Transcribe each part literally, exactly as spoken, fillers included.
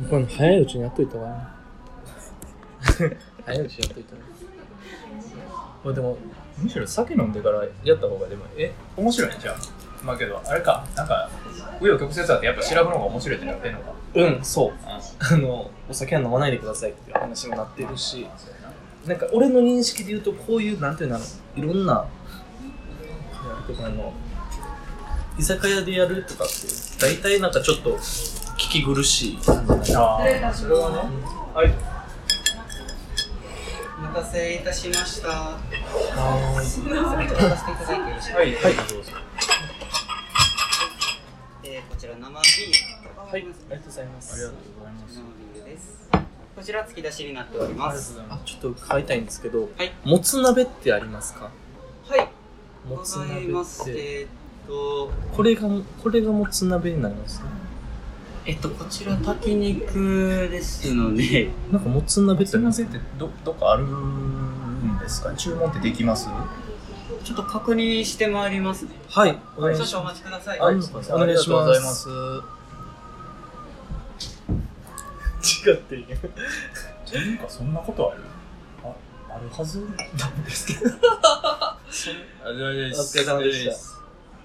これ早いうちにやっといたわ。早いうちにやっといたわ。 これでもむしろ酒飲んでからやった方がでもえ面白いねじゃあ。まあけどあれかなんか紆余曲折あってやっぱ調べの方が面白いってなってんのか。 うん、そう。あのお酒は飲まないでくださいっていう話もなってるし、なんか俺の認識で言うとこういうなんていうのいろんなとかの居酒屋でやるとかって大体なんかちょっと聞き苦しい感じなんじゃないああそれはね。うん、はい。 お待たせいたしました。 はーい。 すみません、取らせていただいてよろしいですか。 はいはいどうぞ。 えー、こちら生ビール。 はい、ありがとうございます。 ありがとうございます。 生ビールです。こちら突き出しになっております。 あ、ちょっと伺いたいんですけど、 はい。 もつ鍋ってありますか？ はい。 もござつ鍋います。 ってえーっと、 これがこれがもつ鍋になりますね。 えっとこちら炊き肉ですので、 なんかもつ鍋ってすみませんってどどっかあるんですか？注文ってできます？ ちょっと確認してまいりますね。 はい、お願い少します。 々お待ちください。 はい、お願いします。 ありがとうございます。 違っている。 ていうかそんなことある？ああるはずなんですけど。 あお疲れ様でした。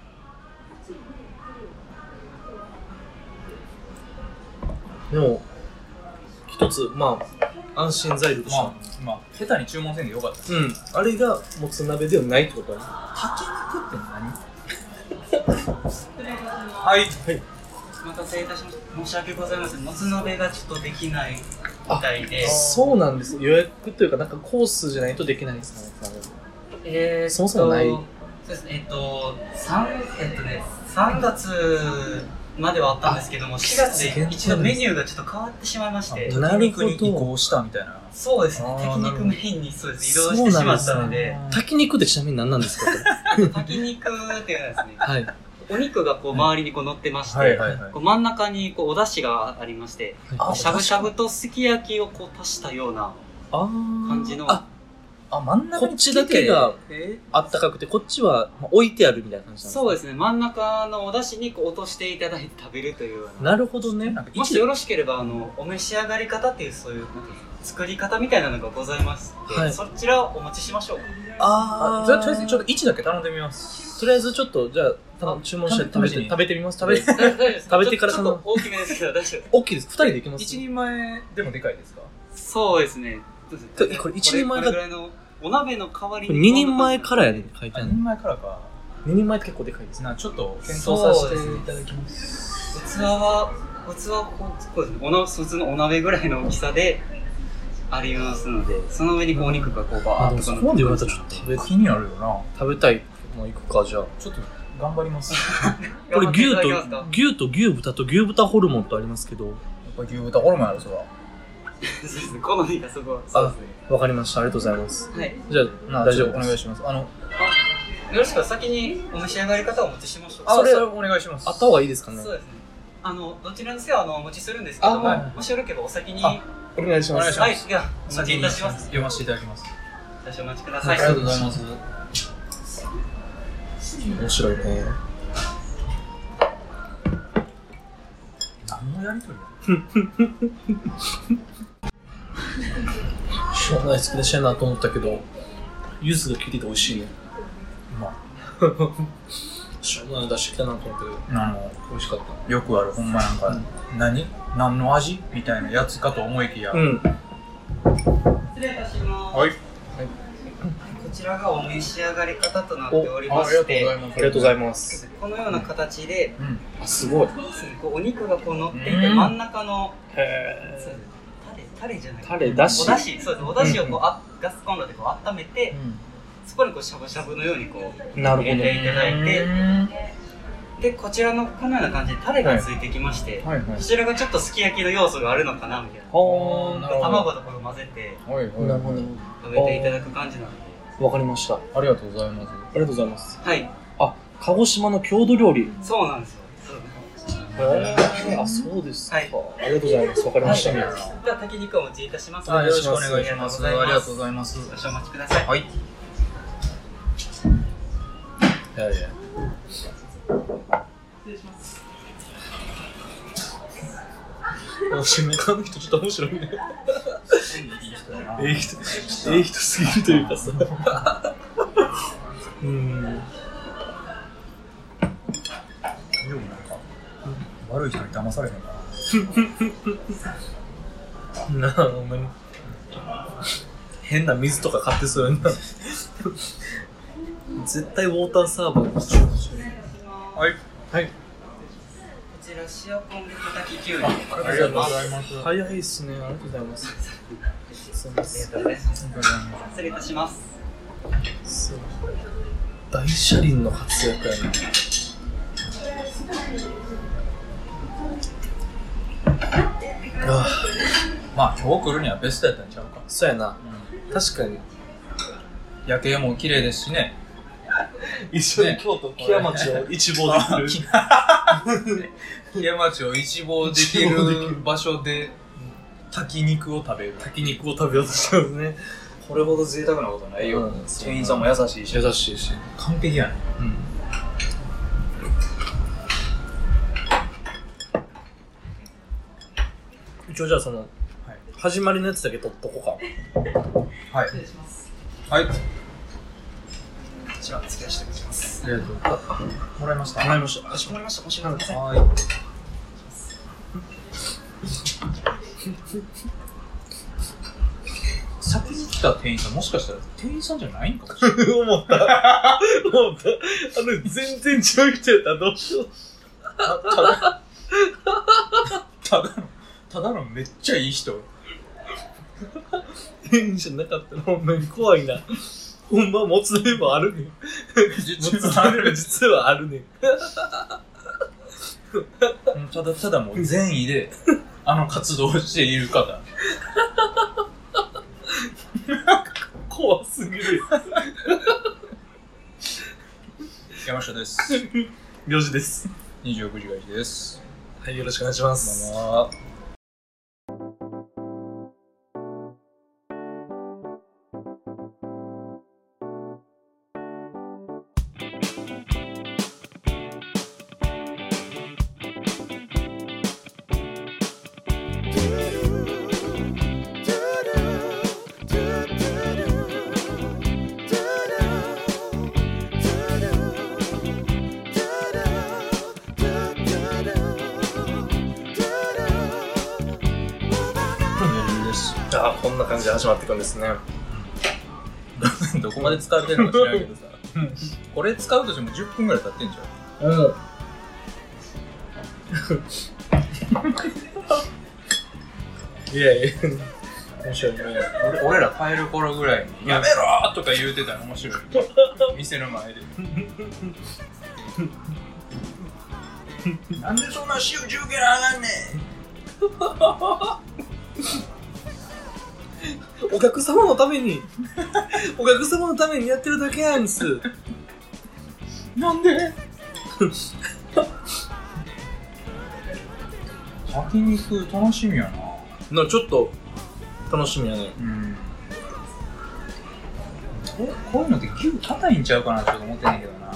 でも一つまあ安心材料としては、 まあまあ下手に注文せんでよかった。 うん、あれがもつ鍋ではないってことだね。 炊き肉って何？はいはい。 お待たせいたしました。申し訳ございません。もつ鍋がちょっとできないみたいで。 そうなんです。予約というかなんかコースじゃないとできないんですかね。 えー、 そもそもない。 そうですね。えっと三えっとね三月まではあったんですけども、しがつで一度メニューがちょっと変わってしまいまして。 なるほど。 に移行したみたいな。 そうですね。炊き肉メインにそうです移動してしまったので。 炊き肉ってちなみに何なんですか？ 炊き肉っていうのはですね。 はい。 お肉がこう周りにこう乗ってまして、 はいはいはい、 こう真ん中にこうお出汁がありまして、はい、しゃぶしゃぶとすき焼きをこう足したような感じの。 ああ、真ん中にこっちだけがあったかくて、こっちは置いてあるみたいな感じなんですか？ そうですね。真ん中のお出汁にこう落としていただいて食べるというような。なるほどね。 もしよろしければ、あの、お召し上がり方っていう、そういう、なんていう作り方みたいなのがございまして、はい、そちらをお持ちしましょうか。 ああ。 じゃあ、とりあえずちょっといちだけ頼んでみます。 とりあえずちょっと、じゃあ、注文して食べて、食べてみます。食べて、 大丈夫です。 食べてからちょっと大きめですけど、大丈夫です。 大きいです。二人でいけます？ 一人前でもでかいですか？ そうですね。 これ一人前が、 お鍋の代わりに。 二人前からやね書いてある。 二人前からか。 二人前って結構でかいですな。ちょっと検討させていただきます。 器は、器はこう、そうですね。おな、普通のお鍋ぐらいの大きさでありますので、その上にこうお肉がこうバーッと。 そこまで言われたらちょっと食べ、 気になるよな。 食べたい。もう行くか、じゃあ。 ちょっと頑張ります。 これ牛と、牛と牛豚と牛豚ホルモンとありますけど。やっぱ牛豚ホルモンある、それは。 そうですね。好みがそこは。そうですね。 わかりました。ありがとうございます。 はい。 じゃあ、大丈夫。 お願いします。あの、 あ、よろしく先にお召し上がり方をお持ちしましょう。 あ、それお願いします。 あった方がいいですかね。 そうですね。あの、どちらにせよ、あの、お持ちするんですけども、もしよろければお先に。 お願いします。 はい、では、お持ちいたします。 読ませていただきます。 少々お待ちください。 ありがとうございます。 面白いね。 何のやりとりしょうがない好きでしたいなと思ったけど、柚子が効いてて美味しいね。まあ、しょうがない出してきたなと思ったけど、あの美味しかった。 よくある、ほんまなんか、うん、何何の味みたいなやつかと思いきや。 うん。失礼いたします。はい。はい、こちらがお召し上がり方となっておりまして、 ありがとうございます。 このような形で、 うん、あ、すごい。 こうお肉がこう乗っていて、真ん中の、 へー。 タレじゃないタレだしおだし、そうです。おだしをこう、あガスコンロでこう温めて、そこにこうしゃぶしゃぶのようにこう入れていただいて、でこちらのこのような感じでタレがついてきまして、こちらがちょっとすき焼きの要素があるのかなみたいな。卵とこれ混ぜて食べていただく感じなので。わかりました。 ありがとうございます。 ありがとうございます。 はい。 あ、鹿児島の郷土料理。 そうなんですよ。 へー、あ、そうですか。はい、ありがとうございます。わかりました。 では炊き肉をお持ちいたします。 よろしくお願いします。ありがとうございます。 少々お待ちください。はい。いやいや。 失礼します。 締め側の人ちょっと面白いね。 いい人だな。 ええ人、ええ人すぎるというかさ。うん。でもなんか、悪い人に騙されへんかな。なあ、ほんまに。変な水とか買ってそうやな。絶対ウォーターサーバーにしよう。 はい。 はい。 こちら塩昆布炊ききゅうり。 ありがとうございます。 早いっすね。ありがとうございます。すみません。 ありがとうございます。失礼いたします。 大車輪の活躍やな。ああ、 まあ今日来るにはベストやったんちゃうか。 そうやな。うん、確かに。 夜景も綺麗ですしね。 一緒に京都木屋町を一望できる。 木屋町を一望できる場所で炊き肉を食べる。 炊き肉を食べようとしてますね。 これほど贅沢なことないよ。うん、店員さんも優しいし。 優しいし。 完璧やね。うん。 一応じゃあその、はい、始まりのやつだけ取っとこうか。 はい。 失礼します。 はい。こちら付け出しておきます。 ありがとう。もらいました。 もらいました。 かしこまりました。申し訳ございません。 はい。先に来た店員さん、もしかしたら店員さんじゃないんかもしれない。 思った。思った。あの、全然違う人やったらどうしよう。 ただ、ただの、ただのめっちゃいい人。 店員じゃなかったらほんまに怖いな。ほんまもつ鍋もあるねん。実は実はあるねん。 ただただもう善意であの活動をしている方。 怖すぎる。 山下です。 よじです。 にじゅうろくじがいちです。 はい、よろしくお願いします。 こんばんは。 あ、こんな感じで始まっていくんですね。 どこまで使われてるのか知らんけどさこれ使うとしてもじゅっぷんぐらい経ってんじゃん。 うんいやいや面白いね。 俺, 俺ら帰る頃ぐらいにやめろーとか言うてたら面白い店の前でなんでそんな集中権上がんねんお客様のためにお客様のためにやってるだけなんです。 なんで焼肉楽しみやな。 なちょっと楽しみやね。 うんこ, こういうのって牛硬いんちゃうかなって思ってんねんけどな。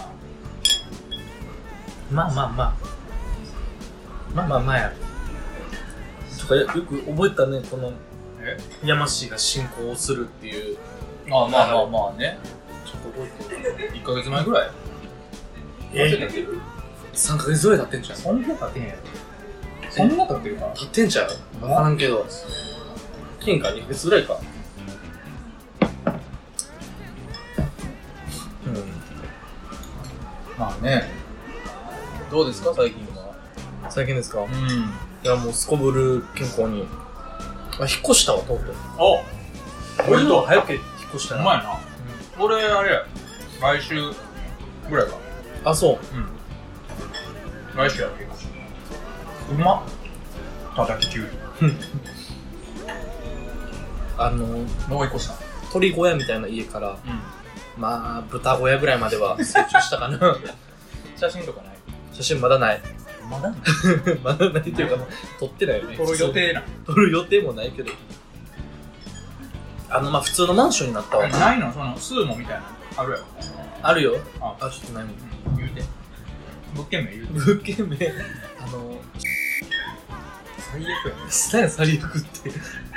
まあまあまあまあまあまあやとかよく覚えたね。このえ山氏が進行するっていう。 ああまあまあまあね。 ちょっと覚えてる。 いっかげつまえぐらいえー、さんかげつぐらい経ってんじゃん。 そんな経ってへんやろ。そんな経ってるか経ってんちゃう。わからんけど金かにかげつぐらいか。うんまあね。どうですか最近は。 最近ですか。 うんいやもうすこぶる健康に。あ、引っ越したわとうとう。 お俺と早く引っ越したな。 うまいな、うん、俺あれや来週ぐらいか。 あ、そう。 うん来週やっけ。うまっ叩ききゅうりあのどこ引っ越した。 鳥小屋みたいな家から、うん、まあ豚小屋ぐらいまでは成長したかな写真とかない。 写真まだない。 まだないまだないっていうか撮ってないよね。 撮る予定な。 撮る予定もないけどあのまあ普通のマンションになったわ。 ないのそのスーモみたいなあるやろ。 あるよ。 ああちょっと何、 うん、言うて物件名言うて。 物件名あの最悪やね。 何や最悪って。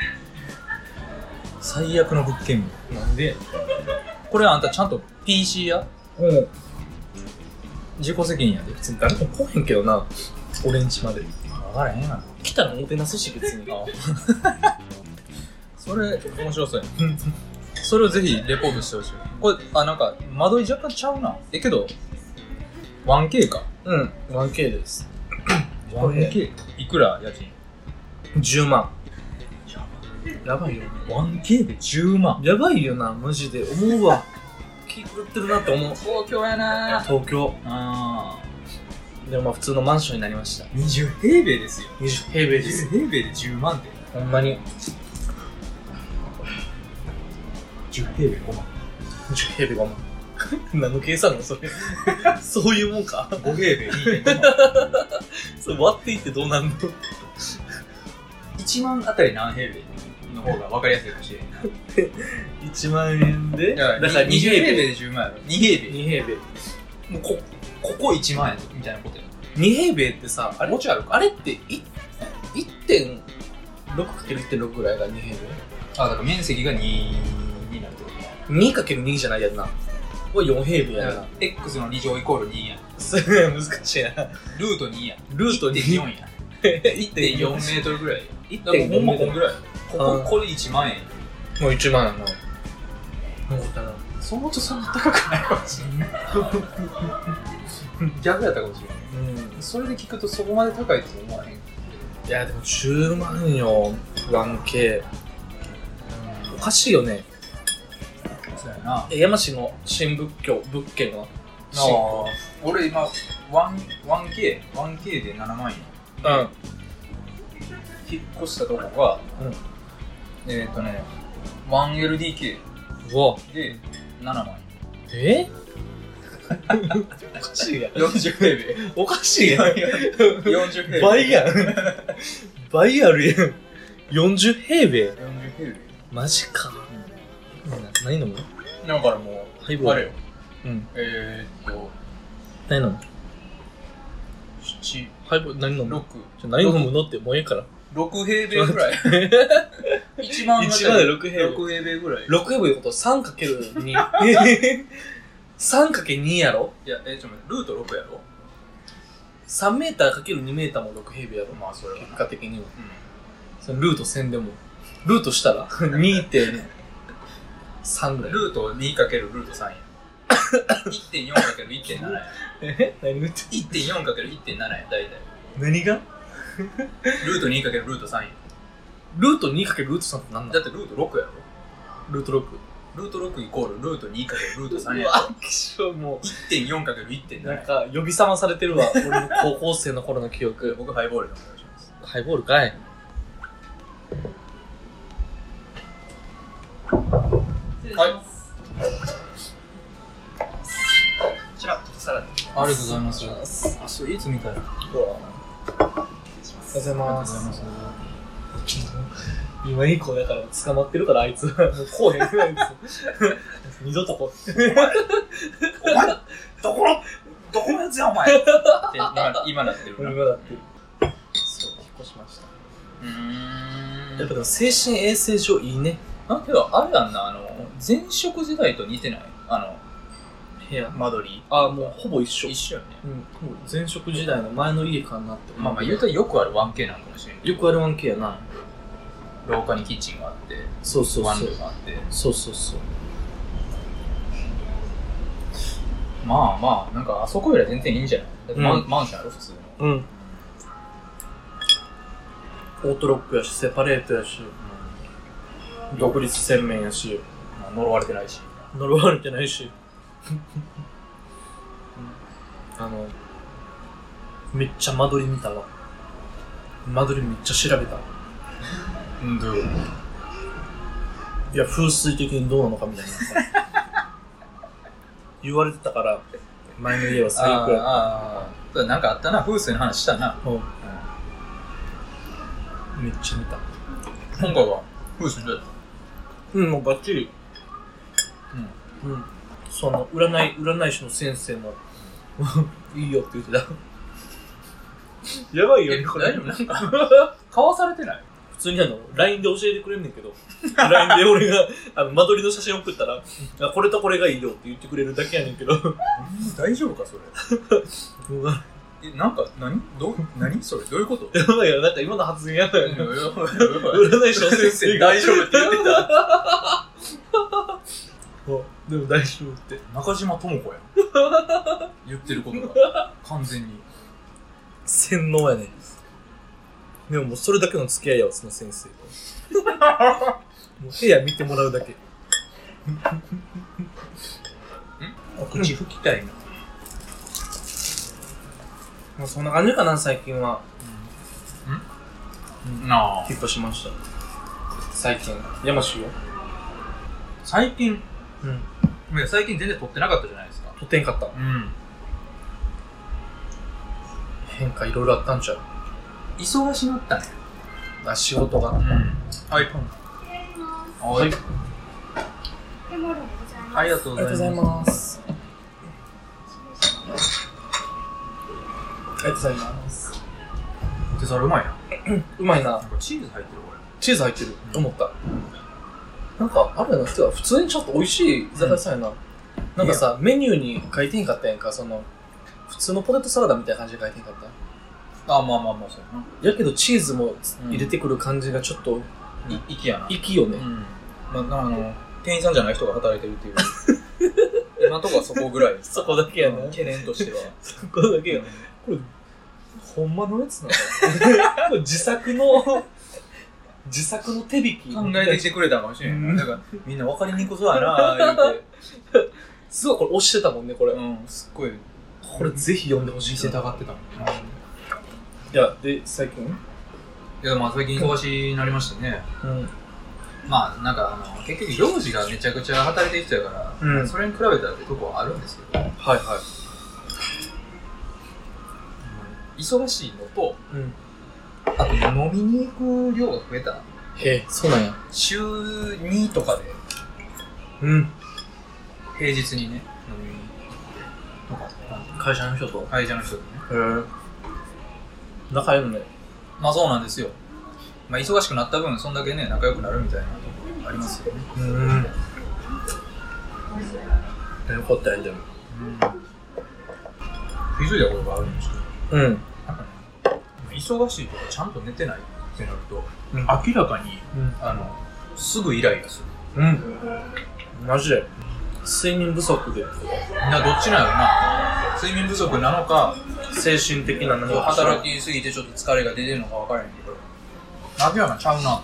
最悪の物件なんでこれあんたちゃんと ピーシー やうん。 自己責任やで。 別に誰も来へんけどな、俺んちまで。 分からへんやな。 来たらもてなすし、別に。 それ、面白そうやん。それをぜひレポートしてほしい。これ、あ、なんか、間取り若干ちゃうな。え、けど、ワンケー か。 うん、ワンケー です。 ワンケー? いくら家賃 ? じゅうまん。やばいよ。 ワンケー でじゅうまん。 やばいよな、マジで。思うわ。気狂ってるなって思う。 東京やな東京。 あー。でもまあ普通のマンションになりました。 にじゅう平米ですよ。 にじゅう平米です。 にじゅう平米でじゅうまんって。 ほんまに。 じゅう平米ごまん。 じゅう平米ごまん。何の計算なのそれ。そういうもんか。 ご平米にてんごまん。 それ割っていってどうなんのいちまんあたり何平米の方が分かりやすいかもしれない。 いちまんえんでだからにじゅう平米でじゅうまんやろ。に平米。 に平米。 もうこ、ここいちまん円みたいなことや。 に平米ってさ、あれもうちょいあるか。 あれって いってんろくかけるいってんろく ぐらいがに平米あ、だから面積がにになるってことか。 にかけるに じゃないやんな。これよん平米やな。 X のに乗イコールにや。 それ難しいな。 ルートにや。 ルートに。 いってんよんや。いってんよん メートルぐらい。いってんよんほんまこんぐらい。ここ、これいちまんえん。 もういちまんやな。なんかな。 そのとそんな高くないかもしれない。逆やったかもしれない。うん。それで聞くとそこまで高いと思わへん。 いやでもじゅうまんよ。ワンケー。おかしいよね。 そうやな。 え、山市の新仏教、物件はああ。俺今、ワンケー、ワンケー でななまんえん。 うん。 引っ越したとこが、うん、えっ、ー、とね、ワンエルディーケー でななまんえん。 えおかしいやん。 よんじゅう平米。 おかしいやん。よんじゅう平米。 倍やん。倍あるやん。よんじゅう平米。 よんじゅう平米。 マジか。うん、何飲む？ だからもう、 ハイボール。 あれよ。 うん。 えーっと、 何飲む？なな。ハイボール何飲む？ ろく。 じゃ何飲むのってもうええから。 ろく平米ぐらい。いちまんいちまんでろく平米。 ろく平米ぐらい。 ろく平米のこと さんかけるに。さんかけるに やろ？ いや、えー、ちょっと待って、ルートろくやろ？ さんメーターかけるにメーターもろく平米やろ？ まあ、それは。 結果的には。 うん。 そのルートせんでも。ルートしたら にてんさん ぐらい。 ルートにかけるルートさんや。いってんよんかけるいってんなな や。 え？何言っていってんよんかけるいってんなな や、大体。 何がルートにかけるルートさんや。 ルートにかけるルートさんって何なの？ だってルートろくやろ？ ルートろく。 ルートろくイコールルートにかけるルートさんや。 うわ、きしょ、もう。 いってんよんかけるいってんなななんか、呼び覚まされてるわ。俺の高校生の頃の記憶。 僕、ハイボールでお願いします。 ハイボールかい。 はい。 こちら、サラダ。 ありがとうございます。あ、それいつ見たら。 うわ。ありがとうございます。今以降だから捕まってるからあいつ。もうこうへんくらいです。二度とこう。 お前、どこの、どこのやつやお前って今、今なってるな。 今なってる。そう、引っ越しました。 うーん。 やっぱでも精神衛生上いいね。 あ、けど、あれやんな、あの、前職時代と似てない？あの、 部屋。 間取り。 あ、もうほぼ一緒。 一緒よね。 うん。前職時代の前の家かなって思う。 まあまあ言うとよくある ワンケー なんかもしれんけど。 よくある ワンケー やな。 廊下にキッチンがあって、 そうそうそう。 ワンルームがあって。 そうそうそう。 まあまあ、なんかあそこよりは全然いいんじゃない？だってマン、うん、マンションやろ、普通の。 うん。オートロックやし、セパレートやし、うん、独立洗面やし、 まあ、呪われてないし。 呪われてないし。あの、めっちゃ間取り見たわ。間取りめっちゃ調べた。 うん、どういうこと？ いや、風水的にどうなのかみたいな。言われてたから、前の家は最悪やった。 ああ、なんかあったな、風水の話したな。 うん。めっちゃ見た。 今回は風水どうやった？ うん、もうバッチリ。うん。うん。その、占い、占い師の先生も、いいよって言ってた。やばいよね、これ。 大丈夫？なんか、 買わされてない？ 普通にあの、ライン で教えてくれんねんけど、ライン で俺が、あの、間取りの写真送ったら、あこれとこれがいいよって言ってくれるだけやねんけど。 大丈夫か、それ。え、なんか、何どう、何それどういうこと？ やばいよ、なんか今の発言やばいよ。 占い師の先生大丈夫って言ってた。 でも大丈夫って。 中島智子やん。言ってることが。完全に。 洗脳やねん。でももうそれだけの付き合いやわ、その先生と。もう部屋見てもらうだけ。ん口拭きたいな。 まあそんな感じかな、最近は。 うん、なあ。 引っ越しました。最近。山氏よ。 最近うん。 いや、最近全然撮ってなかったじゃないですか。 撮ってんかった。 うん。 変化いろいろあったんちゃう？ 忙しなったね。 あ、仕事が。 うん。はい。はい。 はい。 ありがとうございます。 ありがとうございます。 ポテサラうまいな。 うまいな。 なんかチーズ入ってるこれ。 チーズ入ってる。思った。なんか、あれやな、普通にちょっと美味しい居酒屋さんやな。なんかさ、メニューに書いてへんかったやんか、その、普通のポテトサラダみたいな感じで書いてへんかった。 あ、まあまあまあ、そうやな。 やけどチーズも入れてくる感じがちょっと、 い、粋やな。 粋よね。 うん。まあ、あの、店員さんじゃない人が働いてるっていう。今のとこはそこぐらい。 そこだけやな。 懸念としては。 そこだけや。これ、ほんまのやつなの？これ自作の、自作の手引き。 考えてきてくれたかもしれん。うん、だから、みんな分かりにくそうやなぁ、言うて。 すごいこれ押してたもんね、これ。 うん、すっごい。 これぜひ読んでほしい。 見せたがってたもん。 いや、で、最近いや、まあ最近忙しになりましてね。うん。まあ、なんか、あの、結局、幼児がめちゃくちゃ働いてる人やから、うん、それに比べたらってとこはあるんですけど。 はいはい。 忙しいのと、 うん。 あと、飲みに行く量が増えた。 へえ、そうなんや。 週にとかで。 うん。 平日にね、飲みにとか。 会社の人と会社の人とね。 へえ。仲良いのね。 まあそうなんですよ。まあ忙しくなった分、そんだけね、仲良くなるみたいなところありますよね。 うん。よかったよ、でも。 気づいたことがあるんですけど。うん。なんかね、忙しいとかちゃんと寝てないってなると、 うん、 明らかに、うん、あの、すぐイライラする。 うん。マジで。睡眠不足で。 いや、どっちなんやろな。睡眠不足なのか、 精神的なのか。 働きすぎてちょっと疲れが出てるのか分からへんけど、明らかにちゃうなと思って。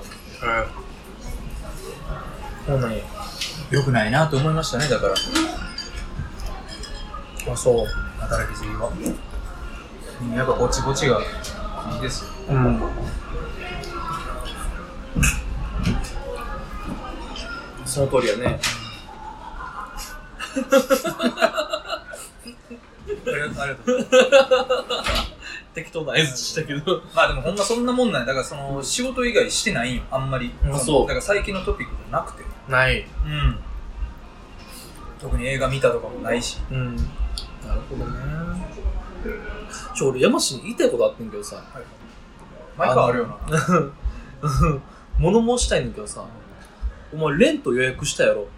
そうなんや。 よくないなと思いましたね、だから。 あ、そう。 働きすぎは。やっぱぼちぼちがいいですよ。 うん。その通りやね。 ありがとう。 適当な合図したけど。 まあでもほんまそんなもんなんや。だからその仕事以外してないんよ、あんまり。 うん、そう。 だから最近のトピックがなくて。 ない。 うん。特に映画見たとかもないし。 うん。なるほどね。ちょ、俺山氏に言いたいことあってんけどさ。はい、 毎回あるよな。 物申したいんだけどさ。お前レント予約したやろ。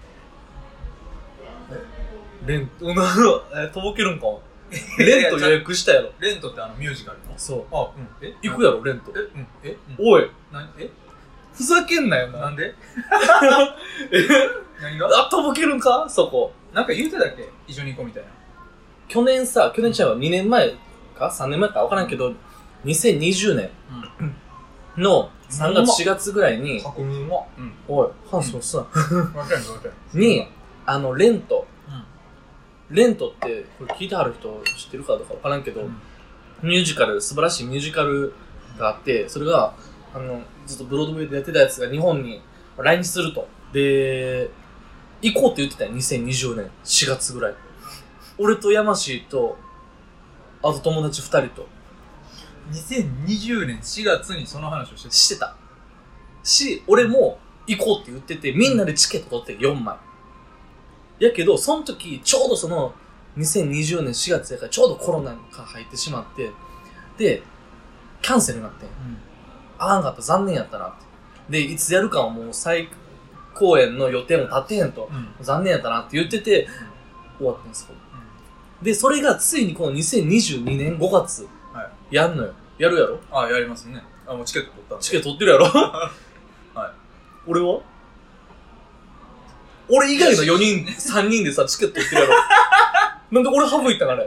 レント、え、とぼけるんかレント予約したやろ。 レントってあのミュージカルの？ そう。 あ、うん。え行くやろ、レント。 え、うん。え、 うん、おい。 な、えふざけんなよな。 なんでえ何があ、とぼけるんかそこ。 なんか言うてたっけ一緒に行こうみたいな。 去年さ、去年ちゃうわ、にねんまえかさんねんまえかわからんけど、にせんにじゅうねんのさんがつしがつぐらいに、 確認は、うん、 おい、ハンスもさ、 わかるわかる。 に、あの、レント、レントって、これ聞いてはる人知ってるかどうかわからんけど、うん、ミュージカル、素晴らしいミュージカルがあって、それが、あの、ずっとブロードウェイでやってたやつが日本に来日すると。で、行こうって言ってたよ、にせんにじゅうねんしがつぐらい。俺と山氏と、あと友達ふたりと。 にせんにじゅうねんしがつにその話をしてた。 してた。し、俺も行こうって言ってて、みんなでチケット取ってよんまい。やけど、その時、ちょうどその、にせんにじゅうねんしがつやから、ちょうどコロナが入ってしまって、で、キャンセルになってん。 合わんかった、残念やったなって。で、いつやるかはもう再公演の予定も立ってへんと、うん、残念やったなって言ってて、うん、終わったんですよ。うん、で、それがついにこのにせんにじゅうにねんごがつ、はい、やんのよ。やるやろ？ ああ、やりますね。あ、もうチケット取ったんで。 チケット取ってるやろ？はい。俺は俺以外のよにん、さんにんでさ、チケット取ってるやろ。なんで俺省いたのあれ。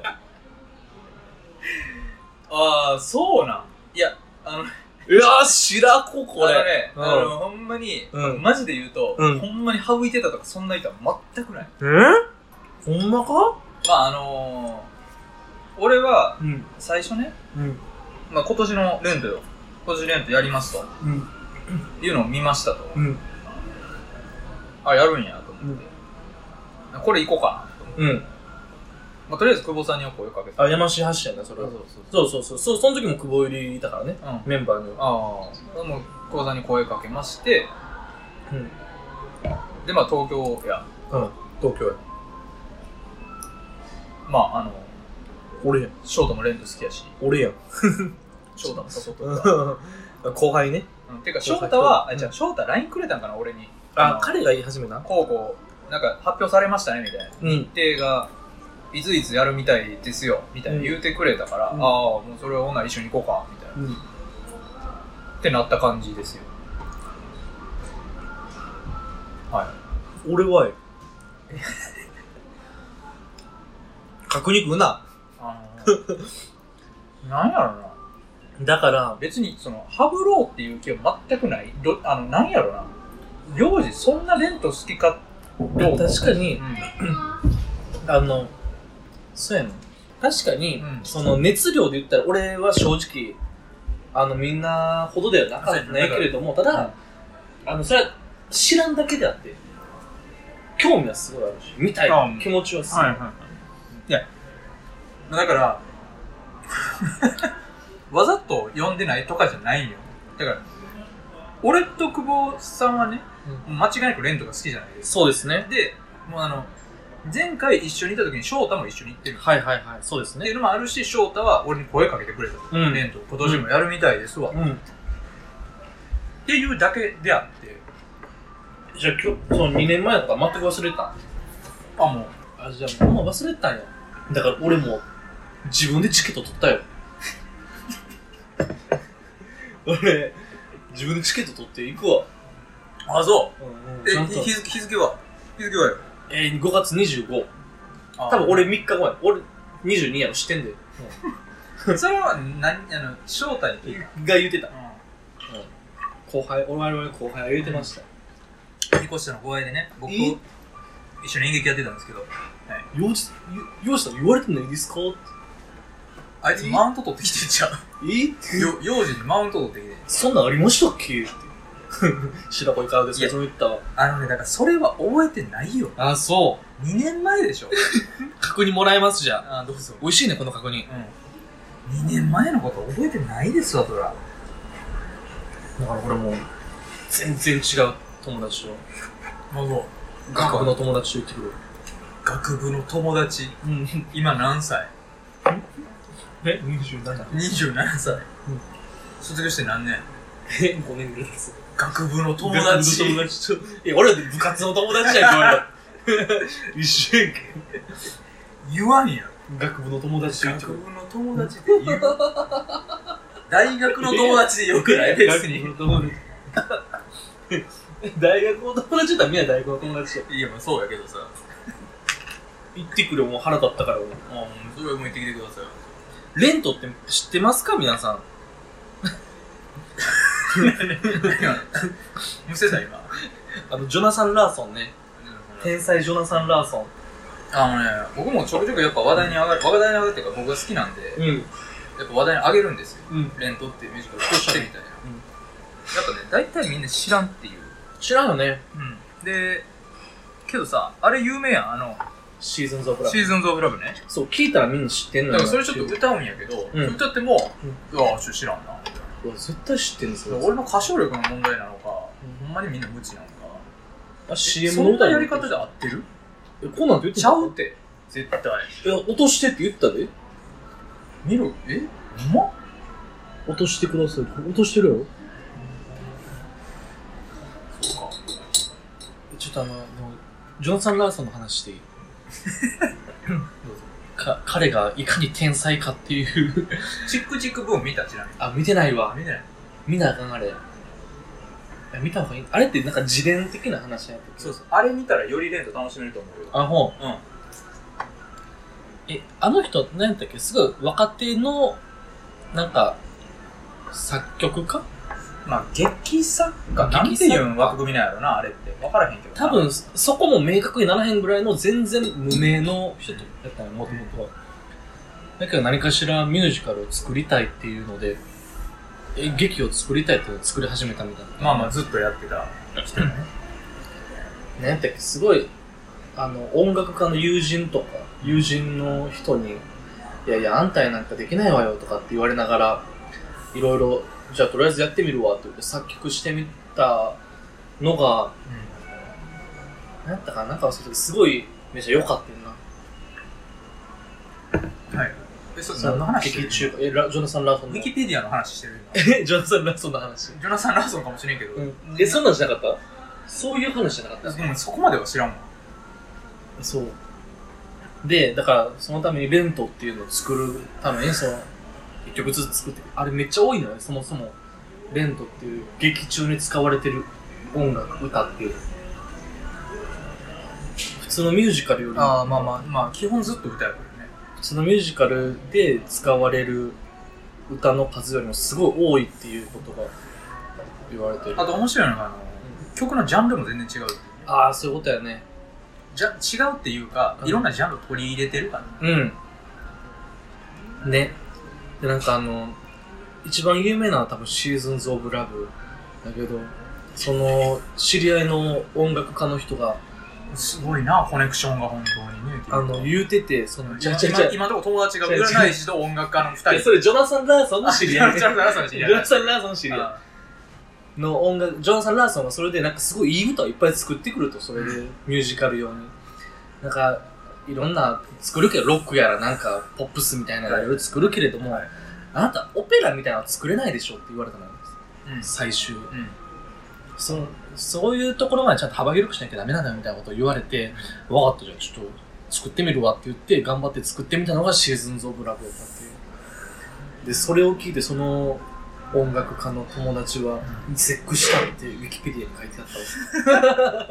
ああ、そうなん。いや、あの、 いやー、白子これ。 あのね、うん、あの、ほんまに、うん、マジで言うと、うん、ほんまに省いてたとか、そんな人は全くない。 えー、ほんまか？ まあ、あのー、俺は、最初ね、うん、まあ、今年のレントよ。今年レントやりますと。うん、いうのを見ましたと。うん、あ、やるんやと思って。うん、これ行こうかなと思って。うん、まあ、とりあえず久保さんには声かけて。 あ、山市発信やな、それは。そうそうそう。そうそうそう。その時も久保入りいたからね、うん、メンバーに。ああ。 もう久保さんに声かけまして、うん、で、まあ、東京や。 うん、東京や。 まあ、あの、 俺やん。 翔太もレント好きやし。 俺やん。 翔太も誘っとった。後輩ね。 うん、てか、翔太は、あ、じゃあ、翔太 ライン くれたんかな、俺に。 あ、彼が言い始めた？ こうこう、なんか発表されましたね、みたいな。うん、日程が、いついつやるみたいですよ、みたいな言うてくれたから、うん、ああ、もうそれをほな一緒に行こうか、みたいな。うん、ってなった感じですよ。はい。 俺は、確認うな。 あのなんやろな。 だから、 別に、その、ハブろうっていう気は全くない。どあの、なんやろな。領事、そんなレント好きかどうか。 確かに、うん、あの、そうやねん。確かに、うん、その熱量で言ったら、俺は正直、あの、みんなほどではなかったないけれども、ただ、うん、あの、それは知らんだけであって、興味はすごいあるし、見たい気持ちはすごい。はいはいはい。 いや、だから、わざと呼んでないとかじゃないよ。だから、俺と久保さんはね、うん、間違いなくレントが好きじゃないですか。 そうですね。 で、もうあの、前回一緒にいた時に翔太も一緒に行ってる。 はいはいはい。そうですね。 っていうのもあるし、翔太は俺に声かけてくれた。うん。レント、今年もやるみたいですわ。うん。っていうだけであって。 じゃあ今日、そのにねんまえだから全く忘れた。 あ、もう。 あ、じゃあもう忘れたんや。だから俺も自分でチケット取ったよ。俺、自分でチケット取って行くわ。 あ、そう。うんうん、え、日付、日付は日付はよ。 えー、ごがつにじゅうご。多分俺みっかごや。俺にじゅうにやろ、知ってんだよ。 うん、それは何、あの、正体が言ってた。うんうん、後輩、俺々後輩が言ってました。 ニコシタの後輩でね、僕、一緒に演劇やってたんですけど。はい。 用事、用事言われてないですかって。 あいつマウント取ってきてんじゃん。 えって幼児にマウント取ってきて。 そんなんありましたっけって。白子いかがですか？そう言ったわ。 あのね、だからそれは覚えてないよ。 あ、そう。 にねんまえでしょ。 確認もらえますじゃん。 あ、どうぞ。 美味しいね、この確認。 うん。にねんまえのこと覚えてないですわ、そら。 だからこれもう、全然違う友達と。 あ、そう。 学部の友達と言ってくる。 学部の友達？うん。今何歳？ え？にじゅうなな。 にじゅうななさい。うん。卒業して何年？ え、ごねんぐらいです。 学部の友達。 学部の友達と。いや、俺は部活の友達やんけ、俺ら。一緒やんけ。 言わんやん。 学部の友達と言って学部の友達って言う。大学の友達でよくない別に。 学部の友達。大学の友達だったらみんな大学の友達や。 いや、まあそうやけどさ。 行ってくれ、もう腹立ったから。ああ、それはもう行ってきてください。 レントって知ってますか皆さん。 むせた今。 あの、ジョナサン・ラーソンね。天才ジョナサン・ラーソン。 あのね、僕もちょくちょくやっぱ話題に上がる、話題に上がるっていうか僕が好きなんで、うん、やっぱ話題に上げるんですよ。うん、レントっていうミュージカルをしてみたいな。うん、やっぱね、大体みんな知らんっていう。 知らんよね。 うん。で、けどさ、あれ有名やん、あの、 シーズンズ・オブ・ラブ。 シーズンズ・オブ・ラブね。 そう、聞いたらみんな知ってんのよ。 だからそれちょっと歌うんやけど、うん、歌っても、うん、うわぁ、知らんな。 絶対知ってんですよ。 俺の歌唱力の問題なのか、うん、ほんまにみんな無知なのか。 あ、シーエム の歌そんなやり方で合ってる？ え、こんなんて言ってちゃうって。絶対。 いや、落としてって言ったで。 見ろ、え？ほんま？ 落としてください。落としてるやろ？ ちょっとあの、ジョナサン・ラーソンの話していいか彼がいかに天才かっていうチックチックブーム見たちなみに。 あ、見てないわ。 見てない。 見なあかんあれ。見た方がいい。あれってなんか自伝的な話やったっけ？ そうそう。あれ見たらよりレント楽しめると思うよ。 あ、ほう。うん。 え、あの人、何やったっけ？すごい若手の、なんか、作曲家？ まあ、劇作家なんていう枠組みなんやろな、あれって。分からへんけど。 多分、そこも明確にならへんぐらいの全然無名の人やったんや、もともとは。だけど何かしらミュージカルを作りたいっていうので、え劇を作りたいっていうのを作り始めたみたいな。 まあまあ、ずっとやってた人ね。 何やったっけ？すごい、あの、音楽家の友人とか、友人の人に、いやいや、あんたやなんかできないわよとかって言われながら、いろいろ、じゃあとりあえずやってみるわって言って作曲してみたのが、うん、何やったかな、なんかすごいめっちゃ良かったよな。はい。 え、それ何の話してる？ 劇中、え、ラジョナサン・ラーソンの。 ウィキペディアの話してるえ、ジョナサン・ラーソンの話。 ジョナサン・ラーソンかもしれんけど。うん、 え、そんなんじゃなかった？そういう話じゃなかった？ うん、そこまでは知らんもん。 そう。で、だから、そのためにレントっていうのを作るために、その、一曲ずつ作ってあれめっちゃ多いのよね、そもそも。レントっていう劇中に使われてる音楽、歌っていう。普通のミュージカルより。 ああ、まあまあ、まあ、基本ずっと歌やるよね。 普通のミュージカルで使われる歌の数よりもすごい多いっていうことが言われてる。 あと面白いのが、あの、うん、曲のジャンルも全然違う、ね。 ああ、そういうことやね。 じゃ、違うっていうか、いろんなジャンル取り入れてるから、 ね。うん。ね。で、なんかあの、一番有名なのは多分シーズンズ・オブ・ラブだけど、その、知り合いの音楽家の人が、 すごいな、コネクションが本当にね。 あの、言うてて、その、 じゃじゃじゃ今のところ友達が占い師と音楽家の二人。 いや、それジョナサン・ラーソンの知り合い。 ジョナサン・ラーソンの知り合い。 ジョナサン・ラーソンの知り合い。の音楽、ジョナサン・ラーソンはそれでなんかすごいいい歌をいっぱい作ってくると、それでミュージカル用に。なんか、いろんな作るけど、ロックやらなんかポップスみたいなのいろいろ作るけれども、はい、あなたオペラみたいなの作れないでしょって言われたのです、うん、最終、うん、そのそういうところまでちゃんと幅広くしなきゃダメなんだよみたいなことを言われて、うん、分かったじゃあちょっと作ってみるわって言って頑張って作ってみたのがシーズンズ・オブ・ラブだったっていう。でそれを聞いてその音楽家の友達は絶句したってウィキペディアに書いてあったわ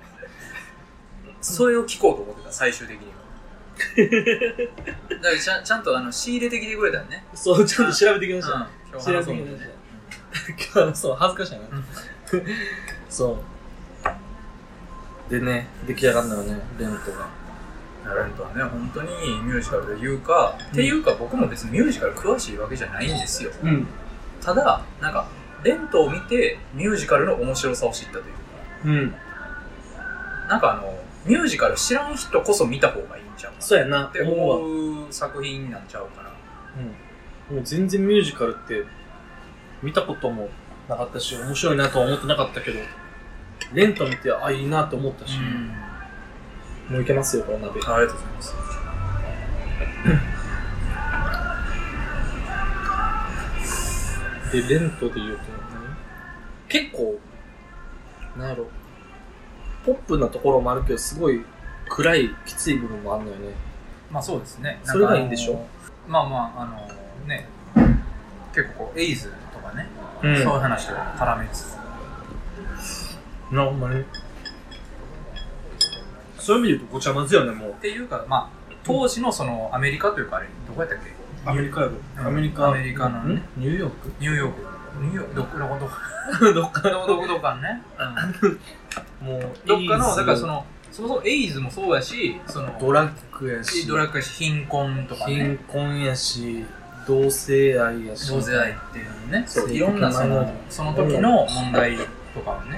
それを聞こうと思ってた、最終的には。だからちゃん、ちゃんとあの仕入れてきてくれたよね。 そう、ちゃんと調べてきました。 うん、今日話そうみたいな。 今日、そう、恥ずかしいな。そう。でね、出来上がるのよね、レントが。 レントはね、本当にミュージカルで言うか、うん、っていうか僕も別にミュージカル詳しいわけじゃないんですよ。うん、ただ、なんか、レントを見てミュージカルの面白さを知ったというか。うん。なんかあの、ミュージカル知らん人こそ見た方がいいんちゃうかそうやなって思う作品なんちゃうかな。 うん。もう全然ミュージカルって見たこともなかったし、面白いなとは思ってなかったけど、レント見て、あ、いいなと思ったし、うん、もういけますよ、この鍋。ありがとうございます。 で、レントで言うと、結構、なんやろ、ポップなところもあるけど、すごい暗い、きつい部分もあるのよね。 まあそうですね。 それがいいんでしょ？ まあまあ、あのね、結構こう、エイズとかね、うん、そういう話を絡めつつ。 なるほどね。そういう意味で言うとごちゃ混ぜよね、もう。 っていうか、まあ、当時のその、アメリカというかあれ、どこやったっけ？ アメリカやろ。 アメリカ。アメリカのね。 ニューヨークニューヨーク。ニューヨーク、どこ、どこ、どこ。どっか、どこ、どこ、どっかね。もう、どっかの、だからその、そもそもエイズもそうやし、その、 ドラッグやし、 ドラッグやし、貧困とかね。 貧困やし、同性愛やし。 同性愛っていうのね。そう、いろんなその、その時の問題とかをね。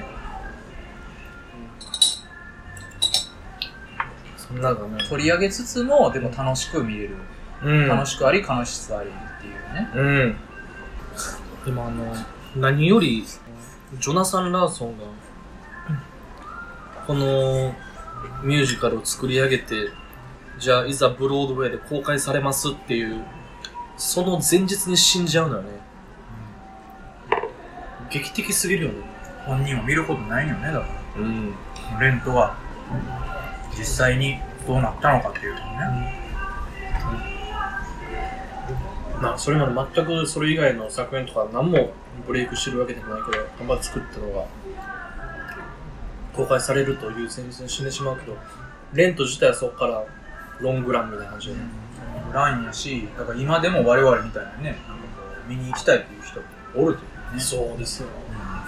そんなのね。 取り上げつつも、でも楽しく見れる。うん、楽しくあり、悲しさありっていうね。 うん。でもあの、何より、ジョナサン・ラーソンが、このミュージカルを作り上げて、じゃあいざブロードウェイで公開されますっていう、その前日に死んじゃうのよね。うん、劇的すぎるよね。 本人は見ることないよね、だから。うん。レントが実際にどうなったのかっていうのね。 うん、まあ、それまで全くそれ以外の作品とか何もブレイクしてるわけでもないけど、頑張って作ったのが公開されるという前日に死んでしまうけど、レント自体はそこからロングランみたいな感じで、ね。 うん、ランやし、だから今でも我々みたいなね、なんかこう見に行きたいという人もおるというね。 そうですよ。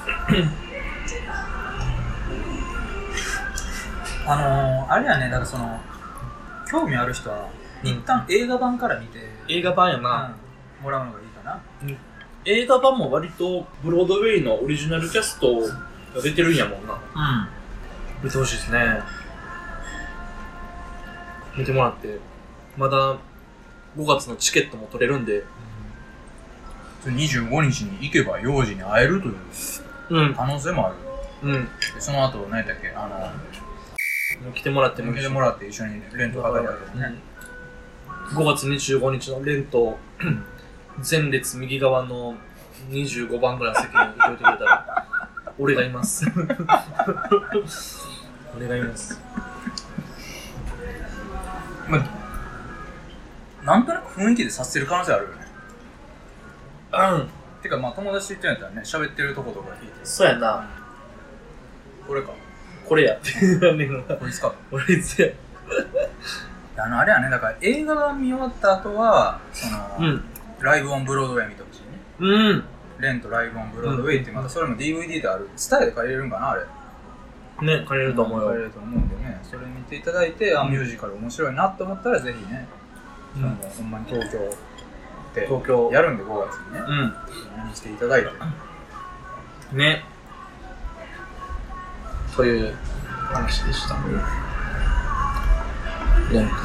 あのー、あれやね、だからその興味ある人は一旦映画版から見て、 映画版やな、 うん、もらうのがいいかな、 うん、映画版も割とブロードウェイのオリジナルキャストが出てるんやもんな。うん、見てほしいですね。見てもらって、まだごがつのチケットも取れるんで、 うん、にじゅうごにちに行けば幼児に会えるという可能性もある。うん。でその後何やったっけ、あの来てもらっても来てもらって一緒にレント語り合うけどね。 ごがつにじゅうごにちのレント前列右側のにじゅうごばんぐらいの席に行っておいてくれたら俺がいます俺がいます。 まあ、なんとなく雰囲気で察せる可能性あるよね。うん。てかまあ友達と言ってんやったらね、喋ってるとことか聞いて。 そうやな。 これか。 これや。こいつか。 こいつや。 あの、あれやね、だから映画が見終わった後は、その、うん、ライブオンブロードウェイ見てほしいね。うん。レントライブオンブロードウェイってまたそれも ディーブイディー である。スタイルで借りれるんかな、あれ。 ね、借りれると思うよ。 借りれると思うんでね、それ見ていただいて、あ、ミュージカル面白いなと思ったらぜひね、うん、ほんまに東京で東京やるんでごがつにね、うん、見に来ていただいて。 ね。という話でした。レント。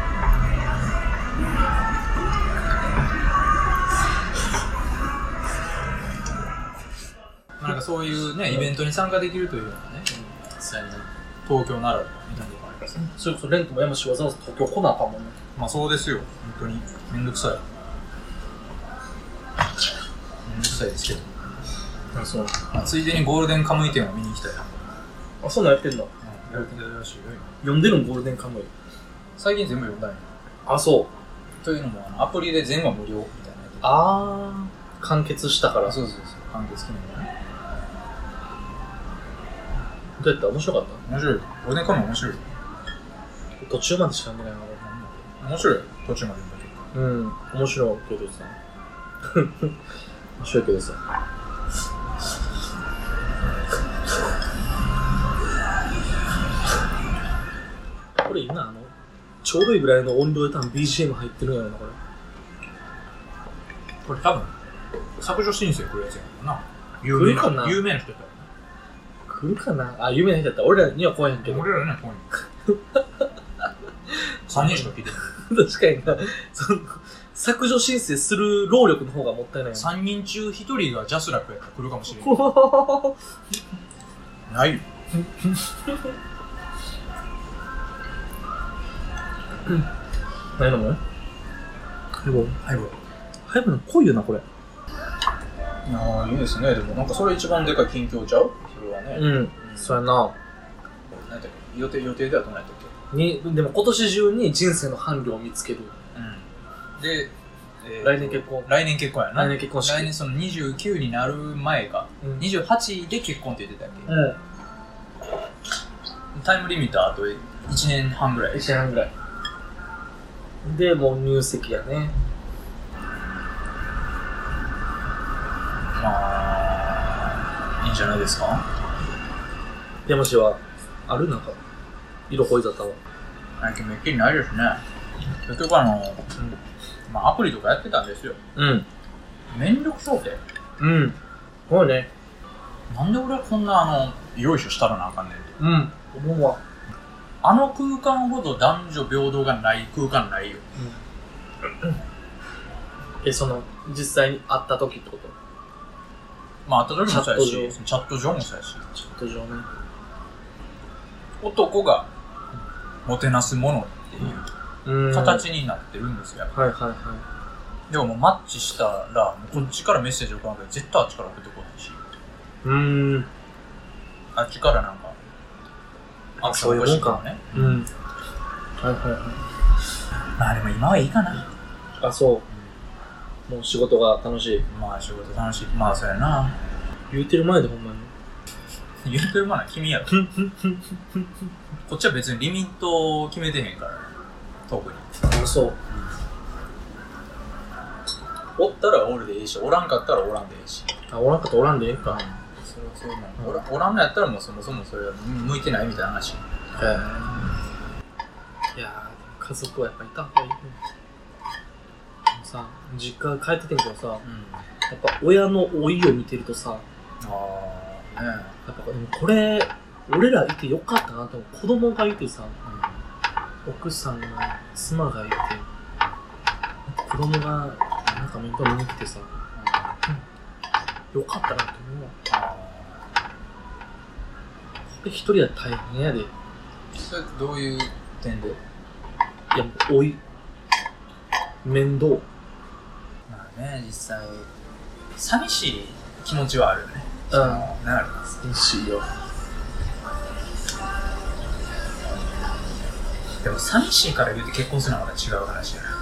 なんかそういうね、イベントに参加できるというのはね、そうやね、東京ならではみたいなのがありますね。 それこそレントもやむしわざわざ東京来なあかんもんね。 まあそうですよ、本当に。めんどくさい。めんどくさいですけど。あ、そう。まあ、ついでにゴールデンカムイ展を見に行きたいな。 あ、そんなんやってんだ。 うん、やってるらしいよ。 読んでるのゴールデンカムイ。 最近全部読んだんよ。 あ、そう。 というのも、あのアプリで全話無料みたいなやつ。 あー、完結したから。 そうそうそう。完結機能がね。 どうやった？面白かった？ 面白い。ゴールデンカムイ面白い。 途中までしか読んでないな。面白い。途中まで読んだけど。うん。面白いけどさ。面白いけどさ。これいいな、あの、ちょうどいいぐらいの音量で多分 ビージーエム 入ってるんやろな、これ。 これ多分、削除申請来るやつやろな。有名な、 来るかな？ 有名な人やったら。 来るかなあ、有名な人だったら俺らには来へんけど。 俺らには来へん。さんにんしか聞いてない。 確かにな。その、削除申請する労力の方がもったいない。 さんにん中ひとりがジャスラックやったら来るかもしれない。ないよ。 ないのもハイボール。ハイボール。ハイボール濃いよな、これ。 ああ、いいですね。でもなんかそれ一番でかい近況ちゃう？それはね。 うん。そうやな。 何やったっけ？予定、予定ではどうなんやったっけ？に、でも今年中に人生の伴侶を見つける。 うん。で、 えー、来年結婚。 来年結婚やな。 来年結婚式。 来年そのにじゅうきゅうになる前か。うん、にじゅうはちで結婚って言ってたっけ？うん。タイムリミットはあといちねんはんぐらい。 いちねんはんぐらい。で、もう入籍やね。 まあ、いいんじゃないですか。 手もしは、あるなんか、色濃いざったわ。 最近めっきりないですね。結局あの、うん、まあアプリとかやってたんですよ。うん。めんどくそうで。 うん。そうね。 なんで俺はこんなあの、よいしょしたらなあかんねんと。 うん。思うわ。 あの空間ほど男女平等がない空間ないよ。 うん、え、その、実際に会った時ってこと？ まあ、会った時もそうやし、チャット上もそうやし。 チャット上ね。 男がもてなすものっていう形になってるんですよ。 はいはいはい。 でももうマッチしたら、こっちからメッセージを送らなきゃ絶対あっちから出てこないし。うーん。 あっちからなんかあ、そういうもんかね。うん。はいはいはい。 まあでも今はいいかな。 あ、そう。もう仕事が楽しい。 まあ仕事楽しい。まあそうやな。 言うてる前でほんまに。 言うてる前は君やろ。こっちは別にリミットを決めてへんからね。特に。 あ、そう。 おったらおるでいいし、おらんかったらおらんでいいし。 あ、おらんかったらおらんでいいか。 それはそうなの。おら、おらんのやったらもうそもそもそれは向いてないみたいな話。 へえ。いやー、家族はやっぱいた方がいいね。さ、実家帰っててんけどさ、うん、やっぱ親の老いを見てるとさ、あー、ね、やっぱでもこれ、俺らいてよかったなと思う。子供がいてさ、うん、奥さんが、妻がいて、子供がなんか面倒見に来てさ、うん、よかったなと思うわ。これ一人は大変やで。 それどういう点で？いや、老い、面倒。 まあね、実際、寂しい気持ちはあるよね。 うん。 なる。 寂しいよ。 でも寂しいから言うて結婚するのはまた違う話やな。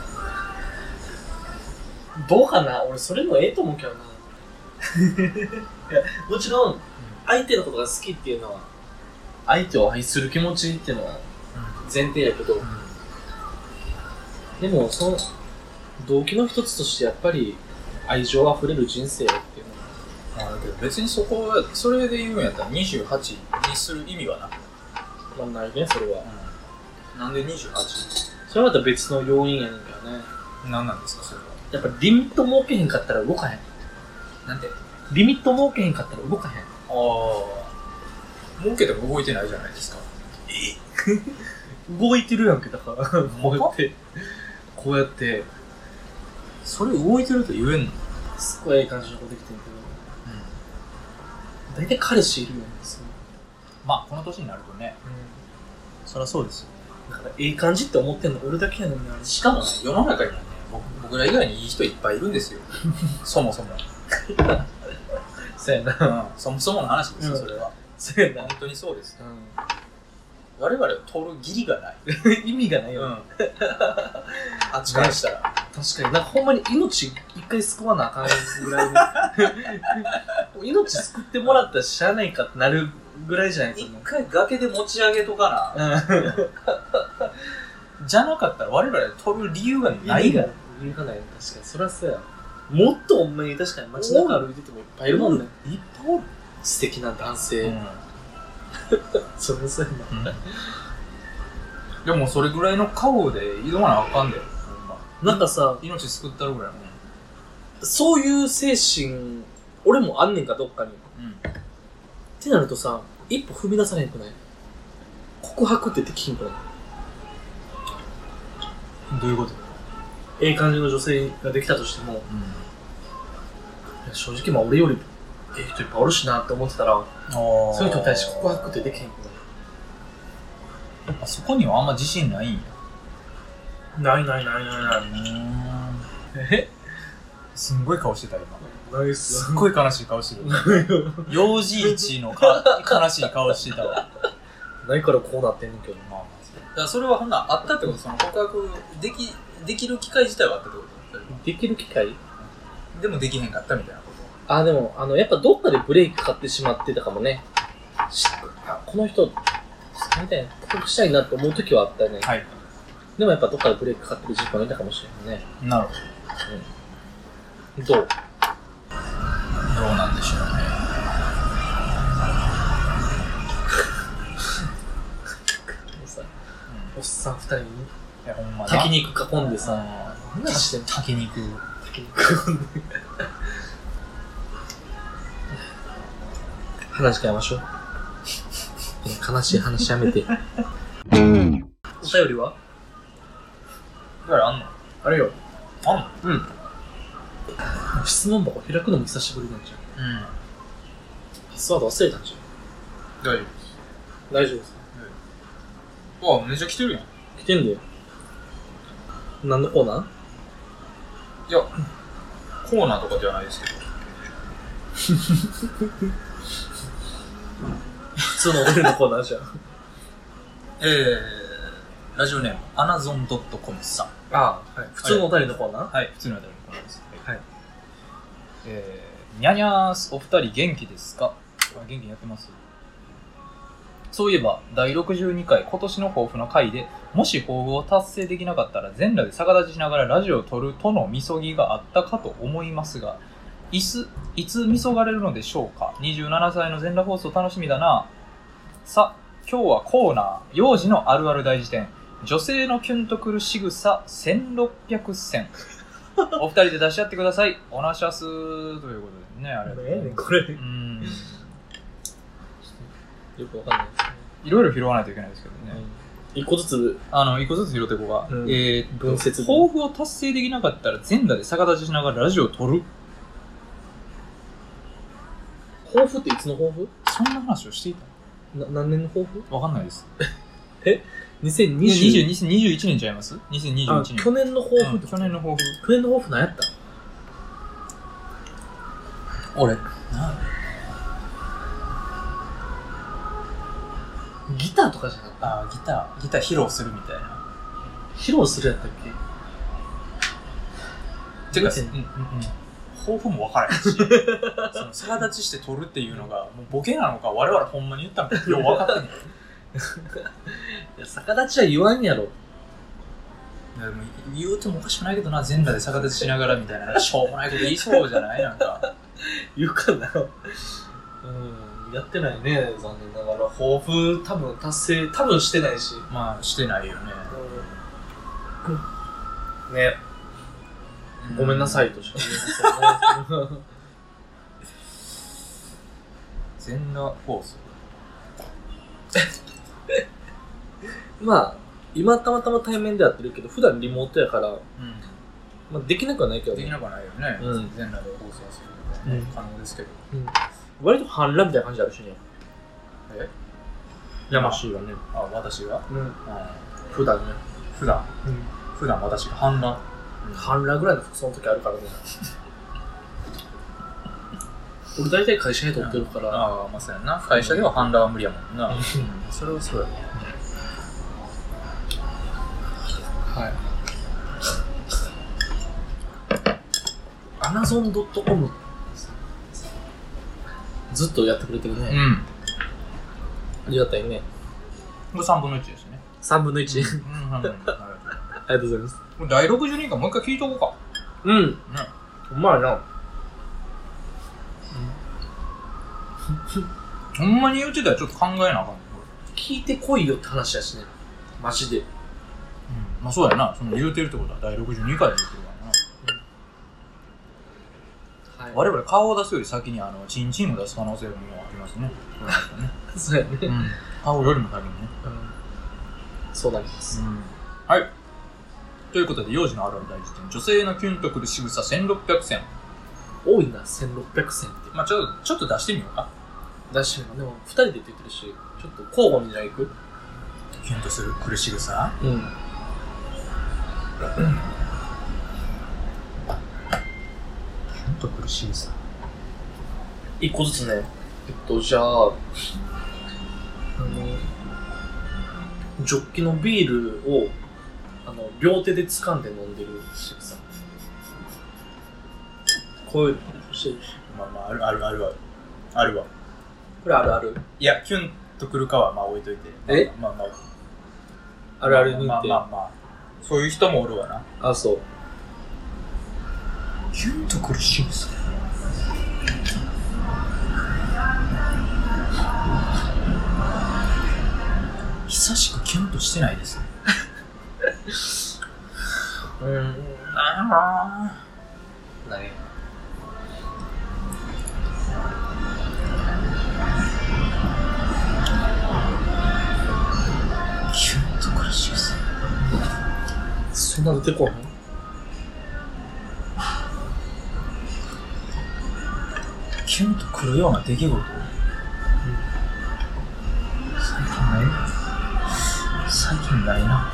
どうかな？俺それもええと思うけどな。いや、もちろん、相手のことが好きっていうのは、相手を愛する気持ちっていうのは前提やけど、うん、でもその動機の一つとしてやっぱり愛情あふれる人生っていうのは、あ、だけど別にそこはそれで言うんやったらにじゅうはちにする意味はなく、 まあないね、それは、 うん、なんで にじゅうはち？ それはまた別の要因やねんけどね。 何なんですかそれは？やっぱリミット設けへんかったら動かへん。 なんで？ リミット設けへんかったら動かへん。ああ、設けても動いてないじゃないですか。 え動いてるやんけ、だからこうやってこうやってそれ動いてると言えんの？ すっごいええ感じの子できてるけど、うん、大体彼氏いるよね。 まあこの年になるとね、うん、そりゃそうですよ。 だからええ感じって思ってんの俺だけやのにな。 しかもね、世の中にはね、僕ら以外にいい人いっぱいいるんですよ。そもそもそうやな、 うん、そもそもの話ですよ、うん、それは。 そうやな、 本当にそうです、うん、我々を通る義理がない意味がないよ、うん、 あっちからしたら、ね、 確かになんかほんまに命一回救わなあかんぐらいに命救ってもらったらしゃあないかってなるぐらいじゃないと思う。 一回崖で持ち上げとかな、うん、じゃなかったら我々を取る理由がないが理由がない。確かにそりゃそうや。もっとほんまに確かに街中歩いててもいっぱいいるもんね。 いっぱいおる。 素敵な男性、うん、それそうやな、 うん、でもそれぐらいの覚悟で挑まなあかんだよ。 なんかさ、 命救ったるぐらいもん。 そういう精神俺もあんねんかどっかに、うん、ってなるとさ、一歩踏み出されへんくない？告白ってできひんくない？ どういうこと？ ええ感じの女性ができたとしても、うん、いや正直まあ俺よりええ人いっぱいおるしなって思ってたら、そういう人に対して告白ってできへんくない？ あそこにはあんま自信ないんや。 ないないないないない。 え？すんごい顔してた今。 ナイス。 すっごい悲しい顔してる。幼児一のか悲しい顔してたわ。 ないからこうなってんねんけど。まあ、 だからそれはほんなあったってこと？その告白できできる機会自体はあったってこと？ できる機会？ でもできへんかったみたいなこと？ あ、でもあのやっぱどっかでブレーキかかってしまってたかもね。この人みたいな告白したいなって思う時はあったよね。はい。でもやっぱどっかでブレーキかかってる時間がいたかもしれないね。 なるほど。 うん、どう？ どうなんでしょうね。 おっさん二人に炊き肉囲んでさ、 何してんの？炊き肉炊き肉囲んで話変えましょう。悲しい話やめて。お便りは？ お便りあんの？ あれよ。 あんの？うん。 質問箱開くのも久しぶりなんじゃん。うん。パスワード忘れたんじゃん。大丈夫です。 大丈夫です。 あ、めっちゃ来てるやん。 来てんだよ。何のコーナー？ いや、コーナーとかじゃないですけど。 普通のお便りのコーナーじゃん。 えー、ラジオネーム、アナゾンドットコムさん。 ああ、はい。普通のお便りのコーナー？ はい、普通のお便りのコーナーです。 はい。 えー、にゃにゃーす、お二人元気ですか？元気にやってます？そういえば、だいろくじゅうにかい今年の抱負の回で、もし抱負を達成できなかったら全裸で逆立ちしながらラジオを撮るとのみそぎがあったかと思いますが、いつ、いつみそがれるのでしょうか？ にじゅうなな 歳の全裸放送楽しみだな。さ、今日はコーナー、幼児のあるある大辞典、女性のキュンとくる仕草せんろっぴゃくせん。お二人で出し合ってください。おなしゃすーということでね、あれ。 ええねこれ。 うん。 よくわかんないですね。 いろいろ拾わないといけないですけどね。 うん、一個ずつ、 あの、一個ずつ拾っていこうか。うん、えー、 分節抱負を達成できなかったら全裸で逆立ちしながらラジオを撮る。 抱負っていつの抱負？ そんな話をしていた？ な何年の抱負？ わかんないです。 え ?にせんにじゅう？にせんにじゅういちねんちゃいます？ にせんにじゅういち 年。 去年の抱負、うん、 去年の抱負。 去年の抱負何やった？ 俺、なギターとかじゃなかった？ ああ、ギター、ギター披露するみたいな。 披露するやったっけ？てか、うんうんうん。抱負も分からへんし、その逆立ちして撮るっていうのが、もうボケなのか、我々ほんまに言ったのか、よう分かってんねん。いや、逆立ちは言わんやろ。 いやでも言うてもおかしくないけどな、全裸で逆立ちしながらみたいな、しょうもないこと言いそうじゃない？なんか。 言うかな。うん、やってないね、残念ながら。抱負、多分達成、多分してないし。 まあ、してないよね。 うん、ね。ごめんなさいとしか言えませんね。 全裸放送。 まあ、今たまたま対面でやってるけど、普段リモートやから、うん、まあ、できなくはないけどね。できなくはないよね。うん、全裸で放送するのは、ね、うん、可能ですけど、うん。割と反乱みたいな感じあるしね。 え？ やましいわね。 あ、私が？ うん。普段ね。 普段？うん。普段私が反乱？ 反乱ぐらいの服装の時あるからね。俺大体会社で撮ってるから。 ああ、まあそうやな。会社では反乱は無理やもんな。うん、それはそうやね。 はい。アマゾンドットコム ずっとやってくれてるね。 うん。 ありがたいね。 これさんぶんのいちですね。 さんぶんのいち。うん、うん、うん。ありがとうございます。 これだいろくじゅうにかいもう一回聞いとこうか。 うん。ね。うまいな。 ほんまに言うてたらちょっと考えなあかんね。 聞いてこいよって話やしね。マジで。うん。 まあそうやな。その言うてるってことはだいろくじゅうにかいで言うてるからな。うん。はい。我々顔を出すより先にあの、チンチンを出す可能性もありますね。 そうやね。 うん。顔よりも先にね。 うん。そうなります。 うん。はい。ということで、幼児のあるある大辞典、女性のキュンとくる仕草せんろっぴゃくせん。 多いな、せんろっぴゃくせんって。 まあちょっと、ちょっと出してみようか。 出してみよう。でも、二人でって言ってるし、ちょっと交互にじゃあ行く？ キュンとする、くる仕草？ うん。キュンとくる仕草。 一個ずつね。えっと、じゃあ、あの、ジョッキのビールを、あの、両手で掴んで飲んでる仕草。こういうのしてるし。 まあまあ、あるあるあるある。あるわ。 これあるある？ いや、キュンとくるかはまあ置いといて。 え？ まあまあ。 あるあるにって。 まあまあまあ。そういう人もおるわな。 あ、そう。 キュンとくる仕草。久しくキュンとしてないです。 うーん。 ああ。 何？ キュンとくる仕草。 そんな出てこない？ キュンとくるような出来事。うん、最近ない？最近ないな。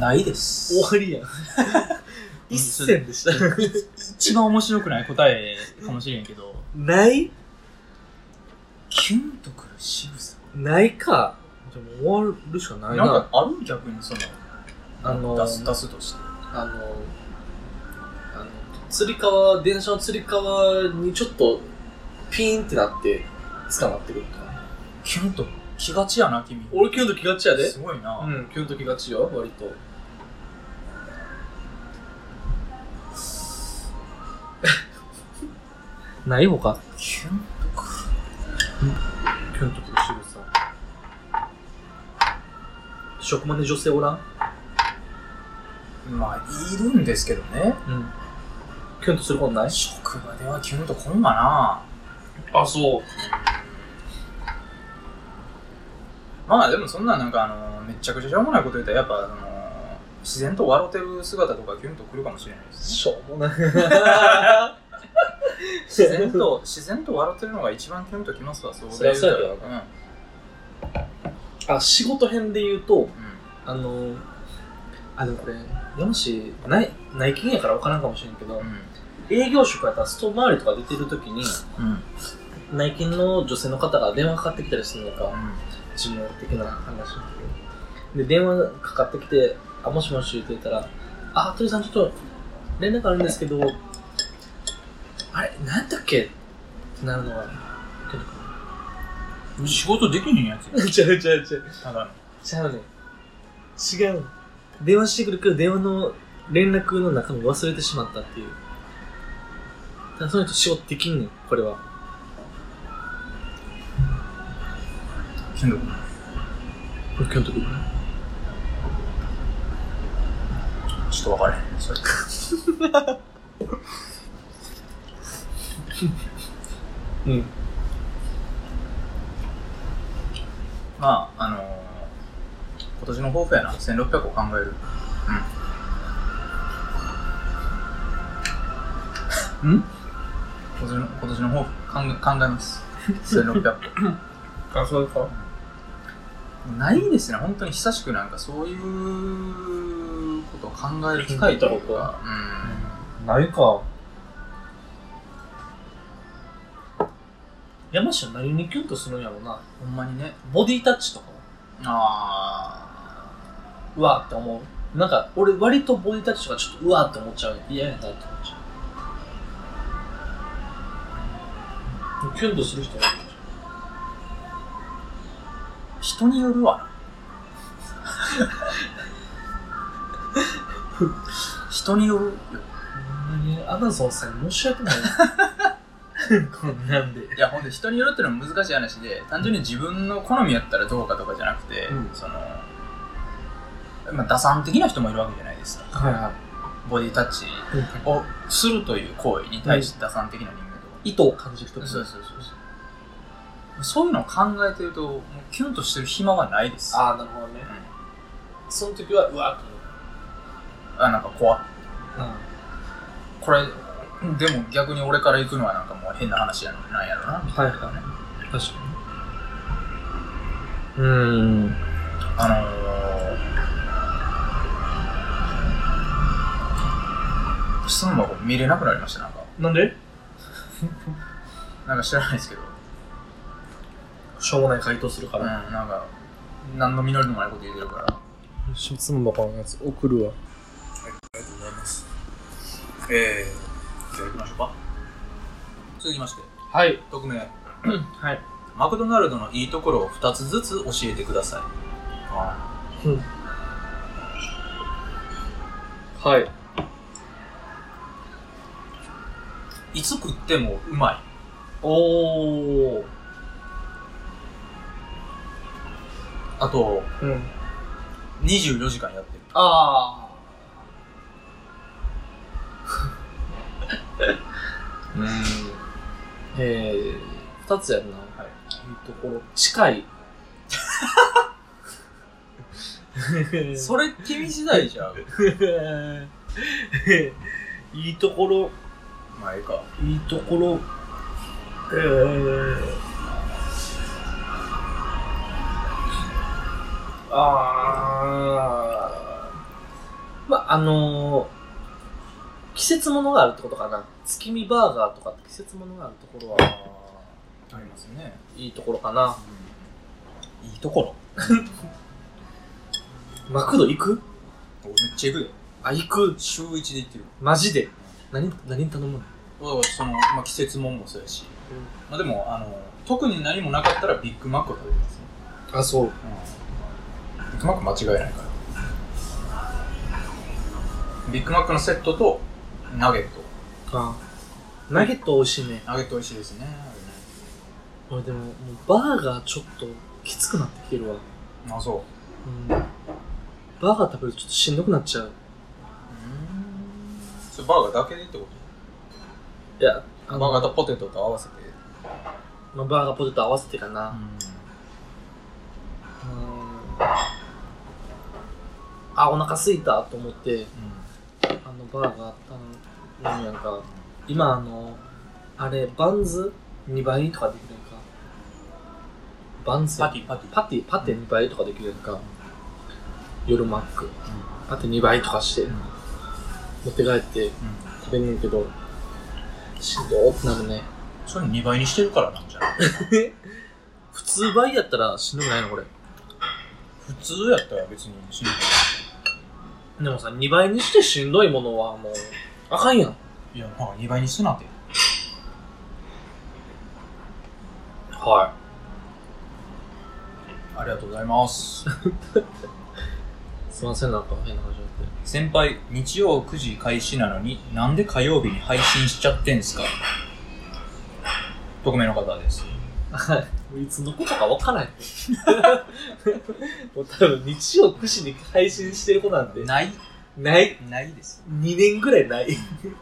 ないです。 終わりやん。一線でした。 一番面白くない答えかもしれんけど。 ない？ キュンとくる仕草。 ないか。じゃあもう終わるしかないな。 なんかある逆にその、 あの出す、出すとして。 あの、あの、つり革、電車のつり革にちょっとピーンってなって捕まってくるとか。 キュンと気がちやな、君。 俺キュンと気がちやで。 すごいな。 うん、キュンと気がちよ、割と。ないほか。 キュンとくる。キュンとくる仕草。職場で女性おらん？ まあ、いるんですけどね。 うん。キュンとすることない？ 職場ではキュンとこんかな。 あ、そう。 まあでもそんななんかあのめっちゃくちゃしょうもないこと言ったらやっぱあの自然と笑ってる姿とかキュンとくるかもしれないです、ね。 しょうもない。 自然と自然と笑ってるのが一番キュンときますわ。そうで言うたら。 うん、あ、仕事編で言うと、うん、あのあでもこれもし内内勤やから分からんかもしれんけど、うん、営業職やったらスト周りとか出てる時に、うん、内勤の女性の方が電話かかってきたりするのか。うん、事務的な話なんだけど、で電話かかってきて、あ、もしもしって言ったら、あ、鳥さんちょっと連絡あるんですけど、あれ、なんだっけってなるのは、 仕事できへんやつや。 ちゃうちゃうちゃう。 ただの。 ちゃうね。違う。電話してくるけど、電話の連絡の中身忘れてしまったっていう。ただその人仕事できんねん、これは。 キュンとくる。 キュンとくる。 ちょっと分からへん。それ。 うん。 まあ、あのー、今年の抱負やな。せんろっぴゃくを考える。 うん。ん？ 今年の、今年の抱負考えます。せんろっぴゃく個。あ、そうか。 ないですね。本当に久しくなんかそういうことを考える機会とか。 うん。ないか。山下何にキュンとするんやろうな。 ほんまにね。 ボディタッチとか。 あー。うわーって思う。なんか、俺割とボディタッチとかちょっとうわーって思っちゃう。嫌やなって思っちゃう。キュンとする人がいる。 人によるわな。人によるよ。 アマゾンさんに申し訳ないこんなんで。 いや、ほんで人によるってのは難しい話で、単純に自分の好みやったらどうかとかじゃなくて、うん、その、まあ、打算的な人もいるわけじゃないですか。 はいはい。 ボディタッチをするという行為に対して打算的な人間とか、 うん、意図を感じる人もいる。 そうそうそうそう。そういうのを考えてると、もうキュンとしてる暇はないです。 ああ、なるほどね。うん、その時は、うわーっと。 あ、なんか怖っ。 うん。 これ、でも逆に俺から行くのはなんかもう変な話なんやろな。 はいはい。確かに。うーん。 あのー、質問箱見れなくなりました、なんか。 なんでなんか知らないですけど。 しょうもない回答するから。 うん、なんか、何の実りのもないこと言うてるから。 質問箱のやつ送るわ。はい、 ありがとうございます。えー、じゃあ行きましょうか。続きまして。 はい。 匿名。 はい。 マクドナルドのいいところをふたつずつ教えてください。 ああ。うん。はい。 いつ食ってもうまい。 おー。 あと、 うん、 にじゅうよじかんやってる。 ああ。うん。えー、二つやんな。はい。いいところ。近い。 それ君次第じゃん。 いいところ。 まあいいか。 いいところ。えー。あまあ、あのー、季節物があるってことかな。月見バーガーとかって季節物があるところは、 ありますね。 いいところかな。 うん、いいところマクド行く？ めっちゃ行くよ。 あ、行く？ 週一で行ってる。 マジで？何、何頼むの？ だからその、まあ、季節もんもそうやし。うん、まあでも、あの、特に何もなかったらビッグマックを食べますね。 あ、そう。うん、 ビッグマック間違いないから。ビッグマックのセットとナゲット。 ああ、ナゲット美味しいね。 ナゲット美味しいですね。 俺でも、もうバーガーちょっときつくなってきてるわ。 あ、そう。 うん。バーガー食べるとちょっとしんどくなっちゃう。うーん。 それバーガーだけでってこと？いや、バーガーとポテトと合わせて。 まあ、バーガーポテト合わせてかな。うん。うーん。あ、お腹すいたと思って、うん、あのバーガー頼むやんか。今あの、あれ、バンズにばいとかできるやんか。バンズパティ、パティ。 パティ、パテにばいとかできるやんか。うん、夜マック。うん、パテにばいとかして、うん、持って帰って、うん、食べんねんけど、しんどーってなるね。 それにばいにしてるからなんじゃない普通倍やったらしんどくないのこれ。 普通やったら別にしんどくない。 でもさ、にばいにしてしんどいものはもう、あかんやん。 いや、なんかにばいにすなって。 はい。 ありがとうございます。 すいません、なんか変な話になって。 先輩、日曜くじ開始なのに、なんで火曜日に配信しちゃってんすか？匿名の方です。 はい。いつのことかわからない。もう多分日曜くじに配信してる子なんて。 ない。 ない。 ないです。 にねんぐらいない。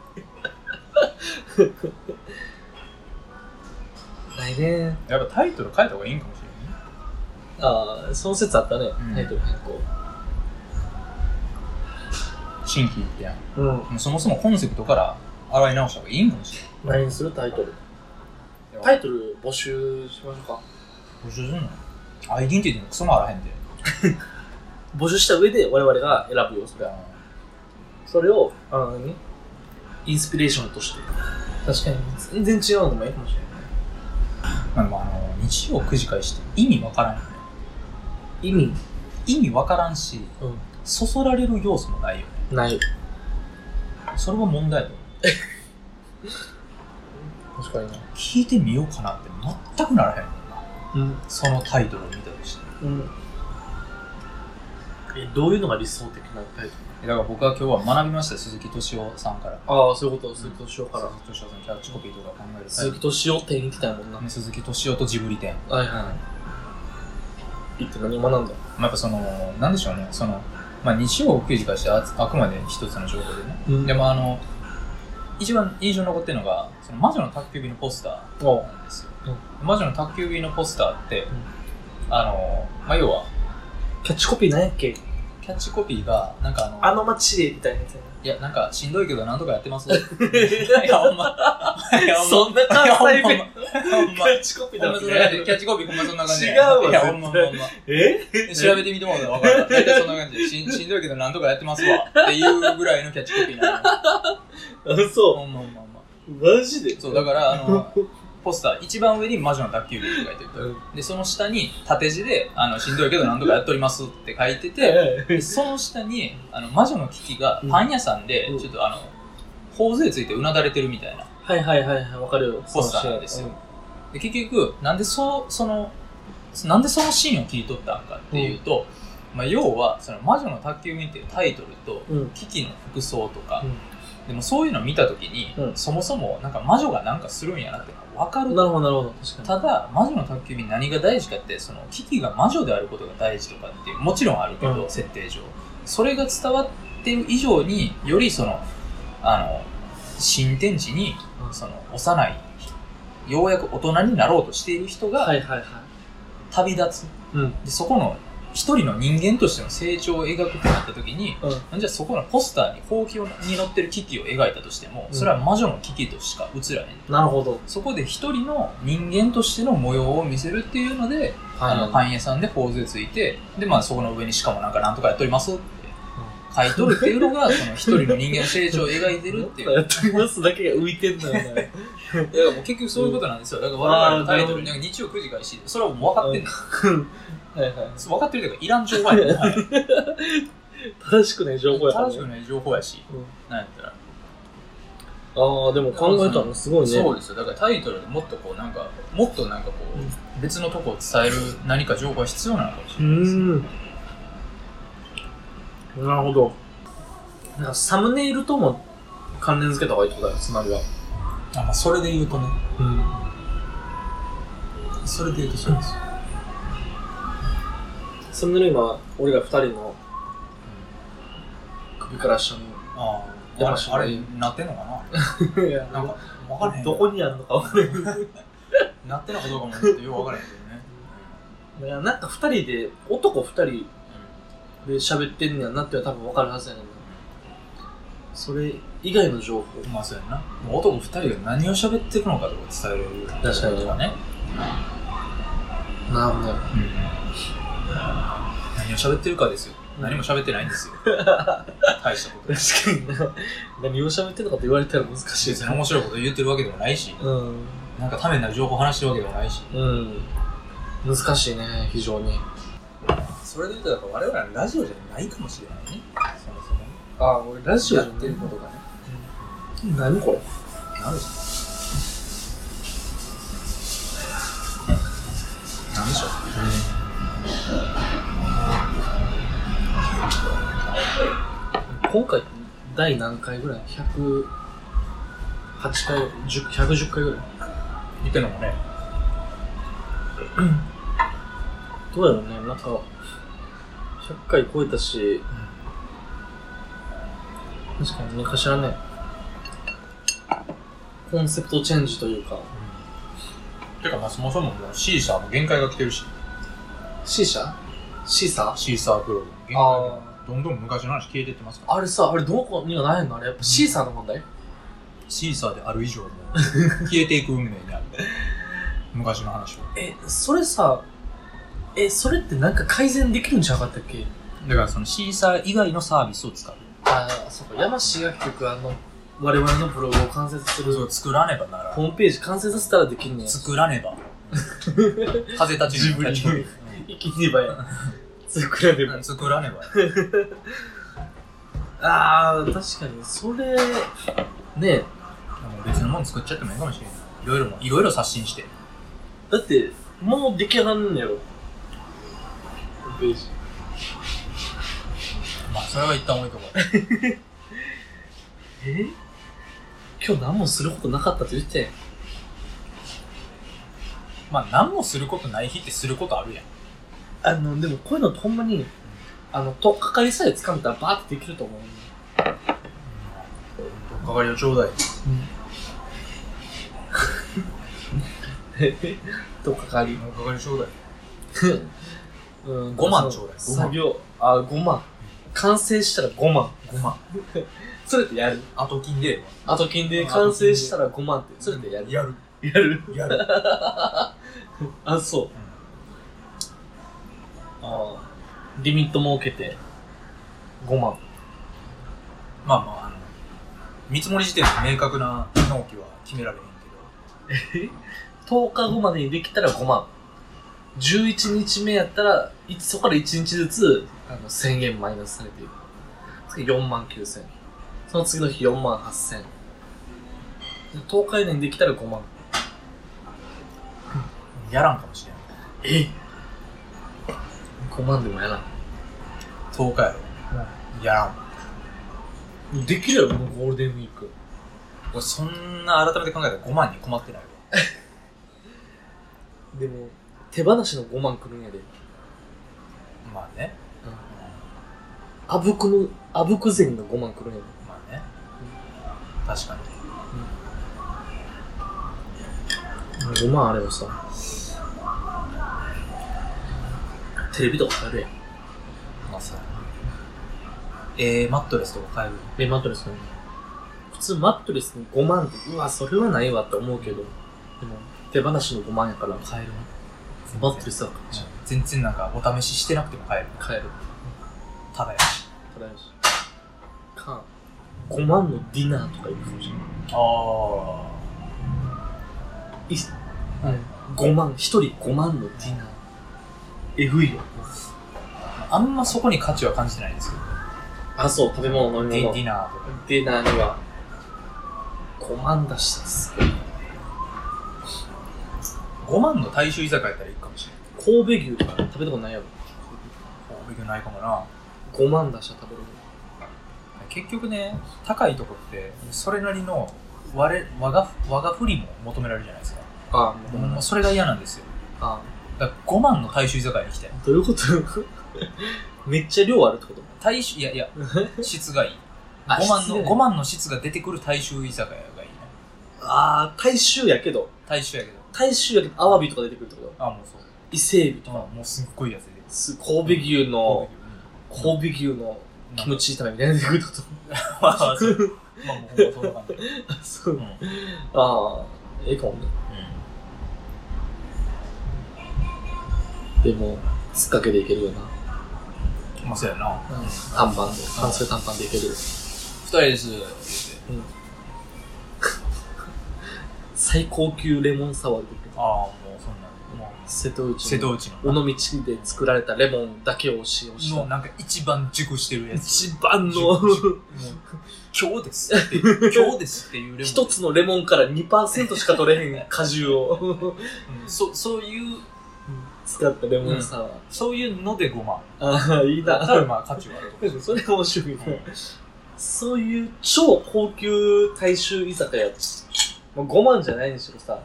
ないね。 やっぱタイトル変えた方がいいんかもしれない。 ああ、その説あったね。うん、タイトル変更。 新規ってやん。 うん。 もうそもそもコンセプトから洗い直した方がいいんかもしれない。何にするタイトル。タイトル募集しましょうか。 募集するの？アイデンティティのクソもあらへんで。 募集した上で我々が選ぶよ、それは。それを、あのね、インスピレーションとして。確かに、全然違うのもいいかもしれない。 まあ、まあ、あの、日曜くじ開始って意味わからんよね。 意味意味わからんし、うん、そそられる要素もないよね。 ない。 それは問題だよ。 確かにな。 聞いてみようかなって全くならへんもんな。うん。そのタイトルを見たとして。 うん。え、どういうのが理想的なタイトル？だから僕は今日は学びました、鈴木敏夫さんから。 ああ、そういうこと、鈴木敏夫から。 鈴木敏夫さん、キャッチコピーとか考える。 鈴木敏夫店行きたいもんな。 鈴木敏夫とジブリ店。 はいはい。行って何を学んだ？ まあ、やっぱその、なんでしょうね、その、まあ日曜くじからして あ, あくまで一つの情報でね。うん、でもあの、一番印象に残ってるのが、その魔女の宅急便のポスターなんですよ。うん、魔女の宅急便のポスターって、うん、あの、まあ、要は、 キャッチコピー何やっけ？ キャッチコピーが、なんかあの、 あの街でみたいなやつやな。 いや、なんか、しんどいけどなんとかやってますいや、ほんま。 そんな関西弁。 ほんま。キャッチコピーだっけ？キャッチコピーほんまそんな感じ。 違うわ。 いや、ほんまほんま。 え？ 調べてみてもらうとわかる。大体そんな感じで、しん、しんどいけどなんとかやってますわ。っていうぐらいのキャッチコピーなの。 あ、そう。 ほんまほんまほんま。 マジで？ そう、だから、あの、ポスター、一番上に魔女の宅急便って書いてると、うん、でその下に縦字であのしんどいけど何とかやっておりますって書いててでその下にあの魔女のキキがパン屋さんでちょっとあの頬杖ついてうなだれてるみたいなはいはいはいはいわかるよポスターなんですよ、うん、で結局なんでそそのなんでそのシーンを切り取ったのかっていうと、うんまあ、要はその魔女の宅急便っていうタイトルと、うん、キキの服装とか、うんでもそういうのを見たときに、うん、そもそもなんか魔女がなんかするんやなって分かる。 なるほどなるほど。確かに。 ただ魔女の宅急便何が大事かってそのキキが魔女であることが大事とかっていうもちろんあるけど、うん、設定上それが伝わっている以上によりそのあの新天地に、うん、その幼いようやく大人になろうとしている人が旅立つ。うん、でそこの一人の人間としての成長を描くとなった時に、うん、じゃあそこのポスターにほうきに乗ってるキキを描いたとしても、うん、それは魔女のキキとしか映らへん。 なるほど。 そこで一人の人間としての模様を見せるっていうので、はい、あのパン屋さんで頬杖ついて、でまあそこの上にしかもなんかなんとかやっておりますって書いとるっていうのが、その一人の人間の成長を描いてるっていう。 やってますだけが浮いてんのよね。 だからもう結局そういうことなんですよ。だから我々のタイトル、なんか日曜くじ開始、それはもう分かってんの。はいはい。分かってるというか、いらん情報やねん。 正しくない情報やから、 ね。正しくない情報やし。うん、なんやったら。 ああ、でも考えたのすごいね。 そうですよ。だからタイトルでもっとこう、なんか、もっとなんかこう、うん、別のとこを伝える何か情報が必要なのかもしれないです。うん。 なるほど。なんかサムネイルとも関連付けた方がいいってことだよ、つまりは。 あ、まあ、それで言うとね。うん。それで言うとそうですよ。 サムネイル今、俺ら二人の首から下の。 ああ。あれ、あれなってんのかな。いや、なんか、わからへん。 どこにあるのかわからへん。 なってんのかどうかもちょっとよくわからへんけどね。いや、なんか二人で、男二人で喋ってんねやなって多分わかるはずやねんな。それ以外の情報。 まあそうやな。もう男二人が何を喋ってるのかとか伝える。 確かにね。なるほど。うん。 何を喋ってるかですよ。何も喋ってないんですよ。大したこと。 確かにな。何を喋ってるのかって言われたら難しいですね。別に面白いこと言ってるわけでもないし、うん、なんかためになる情報を話してるわけでもないし。 うん。難しいね、非常に。 それで言うと、やっぱ我々のラジオじゃないかもしれないね。そもそも。 ああ、俺ラジオやってることがね。 うん、何これ何でしょう何でしょう、 うん、今回第何回ぐらい ?ひゃくはち 回、ひゃくじゅっかいぐらい言ってんのもね。 どうやろうね、なんかひゃっかい超えたし、うん、確かに何かしらね、コンセプトチェンジというか、 うん、てかまあそもそももうシーサーも限界が来てるし。 シーシャシーサーシーサーブログ限界がどんどん昔の話消えてってますから、 ね、あれさ、あれどこにはないのあれやっぱシーサーの問題、うん、 シーサーである以上も消えていく運命にある昔の話は。 え、それさ、え、それってなんか改善できるんじゃなかったっけ？ だからそのシーサー以外のサービスを使う。 ああ、そうか。山氏が結局あの、我々のブログを完成する。 そう、作らねばなら。 ホームページ完成させたらできんねん。 作らねば。風立ちぬ。 自分に。生きねばや。作らねば。 作らねばや。ああ、確かに。それ、ねえ。 別のもの作っちゃってもいいかもしれない。いろいろも、いろいろ刷新して。 だって、もう出来上がんねやろ。ページ。 まあ、それは一旦置いとこう。 え？今日何もすることなかったって言ってん。 まあ、何もすることない日ってすることあるやん。 あの、でもこういうのってほんまに、あの、とっかかりさえ掴めたらバーってできると思う。うん、 とっかかりをちょうだい。 とっかかり。 とっかかりちょうだい。 うん、 ごまんちょうだい。 作業、あ、ごまん。完成したらごまん。 ごまん。 それってやる？ 後金で。 後金で完成したらごまんって、それってやる？ やる。 やる？ やる。 あ、そう。うん、ああ。リミット設けて、ごまん。 まあまあ、あの、見積もり時点で明確な納期は決められへんけど。え？とおかごまでにできたらごまん。じゅういちにちめやったら、そこからいちにちずつ、あの、せんえんマイナスされていく。次よんまんきゅうせん。その次の日よんまんはっせん。とおか以内にできたらごまん。 やらんかもしれん。 え？ごまんでもやらん。 とおかやろ。うん、やらん。できるやろ、もうゴールデンウィーク。 俺そんな改めて考えたらごまんに困ってないわ。 でも、手放しのごまんくるんやで。 まあね。 あぶくの、あぶく銭がごまんくるんやで。 まあね。うん、確かに。うん、ごまんあればさ、テレビとか買えるやん。 まあさ、えー、マットレスとか買える。 えー、マットレスね。普通マットレスにごまんって、うわ、それはないわって思うけど、でも、手放しのごまんやから買えるね。マットレスは買っちゃう。 全然なんかお試ししてなくても買える。 買える。 ただやし。 ただやし。 かごまんのディナーとか行くかもしれない。ああ、い、うん、ごまん、ひとりごまんのディナーえぐいよ。 あんまそこに価値は感じてないんですけど。 あ、そう、食べ物飲み物ディナーとかディナーにはごまん出したっす。 ごまんの大衆居酒屋やったらいいかもしれない。 神戸牛とか食べたことないやろ。 神戸牛ないかもな。 ごまん出したら食べれる。 結局ね、高いとこってそれなりの我我が我が振りも求められるじゃないですか。ああ、もう、もうそれが嫌なんですよ。ああ、だからごまんの大衆居酒屋に来て。 どういうこと？めっちゃ量あるってこと？ 大衆、いやいや、質がいい。ごまんの、ごまんの質が出てくる大衆居酒屋がいいね。 ああ、大衆やけど。 大衆やけど。 大衆やけど、アワビとか出てくるってこと？ ああ、もうそう。 伊勢海老とか。 もうすっごいやつで。 神戸牛の、神戸牛のキムチ炒めみたいなの出てくるってこと？まあ、そう。まあ、もうほんまそんな感じ。そう。うん、ああ、ええかもね。うん、でも、つっかけでいけるよな。 まあ、そうやな。 短パンで、半袖短パンでいける。二人です、言うて。うん。 最高級レモンサワーでできる。 ああ、もうそんな。もう瀬戸内の。 瀬戸内の。 尾道で作られたレモンだけを使用した。 の、なんか一番熟してるやつ。 一番の。もう今日ですって。今日ですっていうレモン。 一つのレモンから にパーセント しか取れへん果汁を。 うん、そ、そういう、 使ったレモンサワー、うん、 そういうのでごまん。 ああ、いいな。 多分まあ価値はある。 それが面白いな、うん。そういう超高級大衆居酒屋、もうごまんじゃないにしろさ、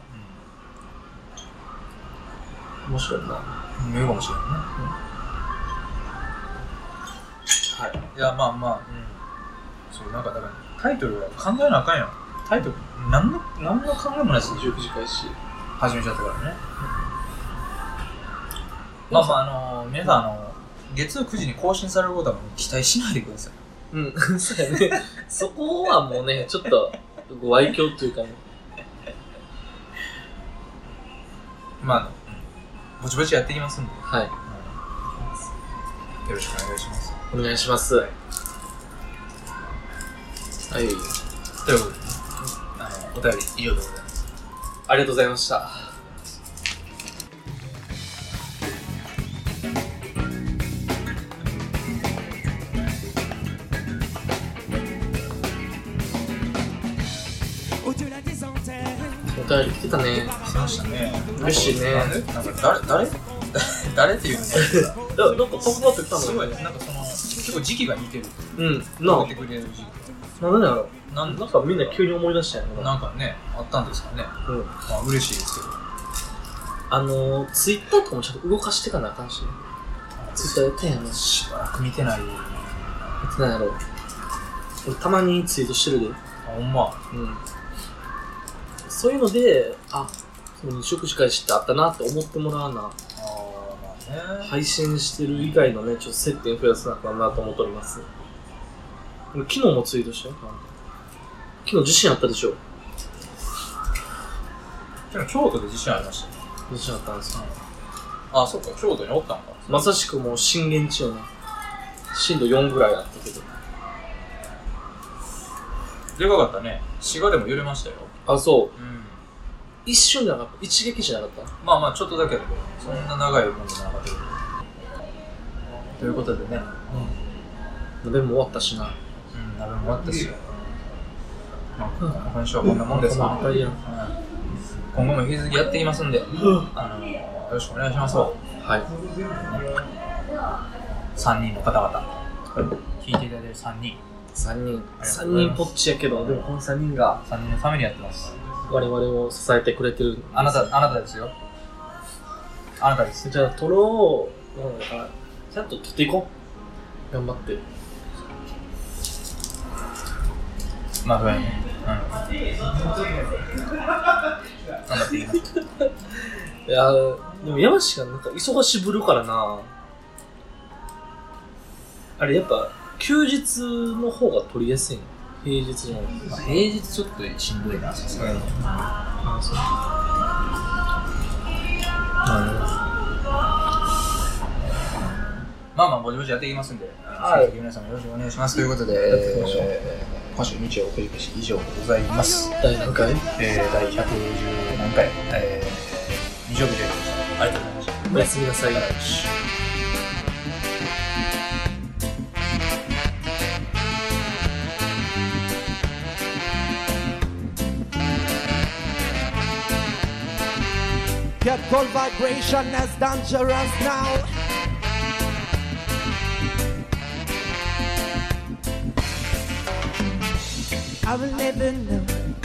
うん、面白いな。 うん、いいかもしれないね。うん、はい。いや、まあまあ、うん。そう、なんかだからタイトルは考えなあかんよ。タイトル、なんの、なんの考えもないです。 じゅうくじ開始。 始めちゃったからね。まあまあ、あのー、皆さん、あのー、月曜くじに更新されることは期待しないでください。 うん、そうやね。そこはもうね、ちょっと、ご愛嬌というかね。 まあ、あの、うん、ぼちぼちやっていきますんで。 はい、うん。 よろしくお願いします。 お願いします。はい。ということで、ね、あの、お便り以上でございます。 ありがとうございました。お便り来てたね。 来てましたね。 嬉しいね。 なんか誰誰誰っていうんですか。 なんかパパパって来たの。 すごいね。なんかその結構時期が似てる。 うん。な。 てくれる時期。 なんでだろう。なんなんかみんな急に思い出したよね。 なんかね、あったんですかね。うん。まあ嬉しいですけど。 あのー、ツイッターとかもちょっと動かしてかなあかんし。ツイッターやったんやね。 しばらく見てない。見てないやろ。俺たまにツイートしてるで。 あ、ほんま。 うん。そういうので、あ、その食事会してあったなって思ってもらわな。あ、まあね。配信してる以外のね、ちょっと接点増やさなあかんなと思っております。昨日もツイートしたよ。昨日地震あったでしょ。 昨日京都で地震ありましたよ。 地震あったんですよ。 あ、そっか、京都におったんか。 まさしくもう震源地よね。震度よんぐらいあったけど。 でかかったね。滋賀でも揺れましたよ。 あ、そう。うん、一瞬じゃなかった。一撃じゃなかった。 まあまあ、ちょっとだけだけど、そんな長いもんじゃなかったけど。ということでね。 うん。鍋も終わったしな。 うん、鍋も終わったし。まあ、今週はこんなもんですか。うん、今後も引き続きやっていきますんで、あの、よろしくお願いします。はい。さんにんの方々。聞いていただいてるさんにん。さんにん。さんにんぽっちやけど、でもこのさんにんが。さんにんのためにやってます。 我々を支えてくれてる。 あなた、あなたですよ。あなたです。 じゃあ、撮ろう。なんか、ちゃんと撮っていこう。頑張って。 まあ、そうやね。うん。頑張っていきます。 いやー、でも山氏がなんか忙しぶるからな。あれやっぱ休日の方が取りやすいの？平日の、 まあ、平日ちょっとしんどいな。さすがに。ああ、そう。 まあまあぼちぼちやっていきますんで、はい、皆さんよろしくお願いしますということで、えー、今週日曜お送りし以上でございます。 第何回？ えー、第ひゃくじゅう何回、えー、日曜日でありがとうございました。 おやすみなさい。 Get cold vibration as dangerous now. I will never know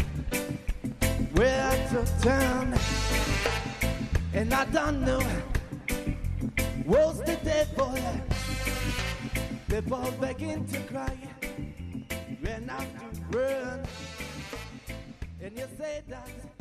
where to turn, and I don't know what's the devil. They fall begging to cry when I have to run, and you say that.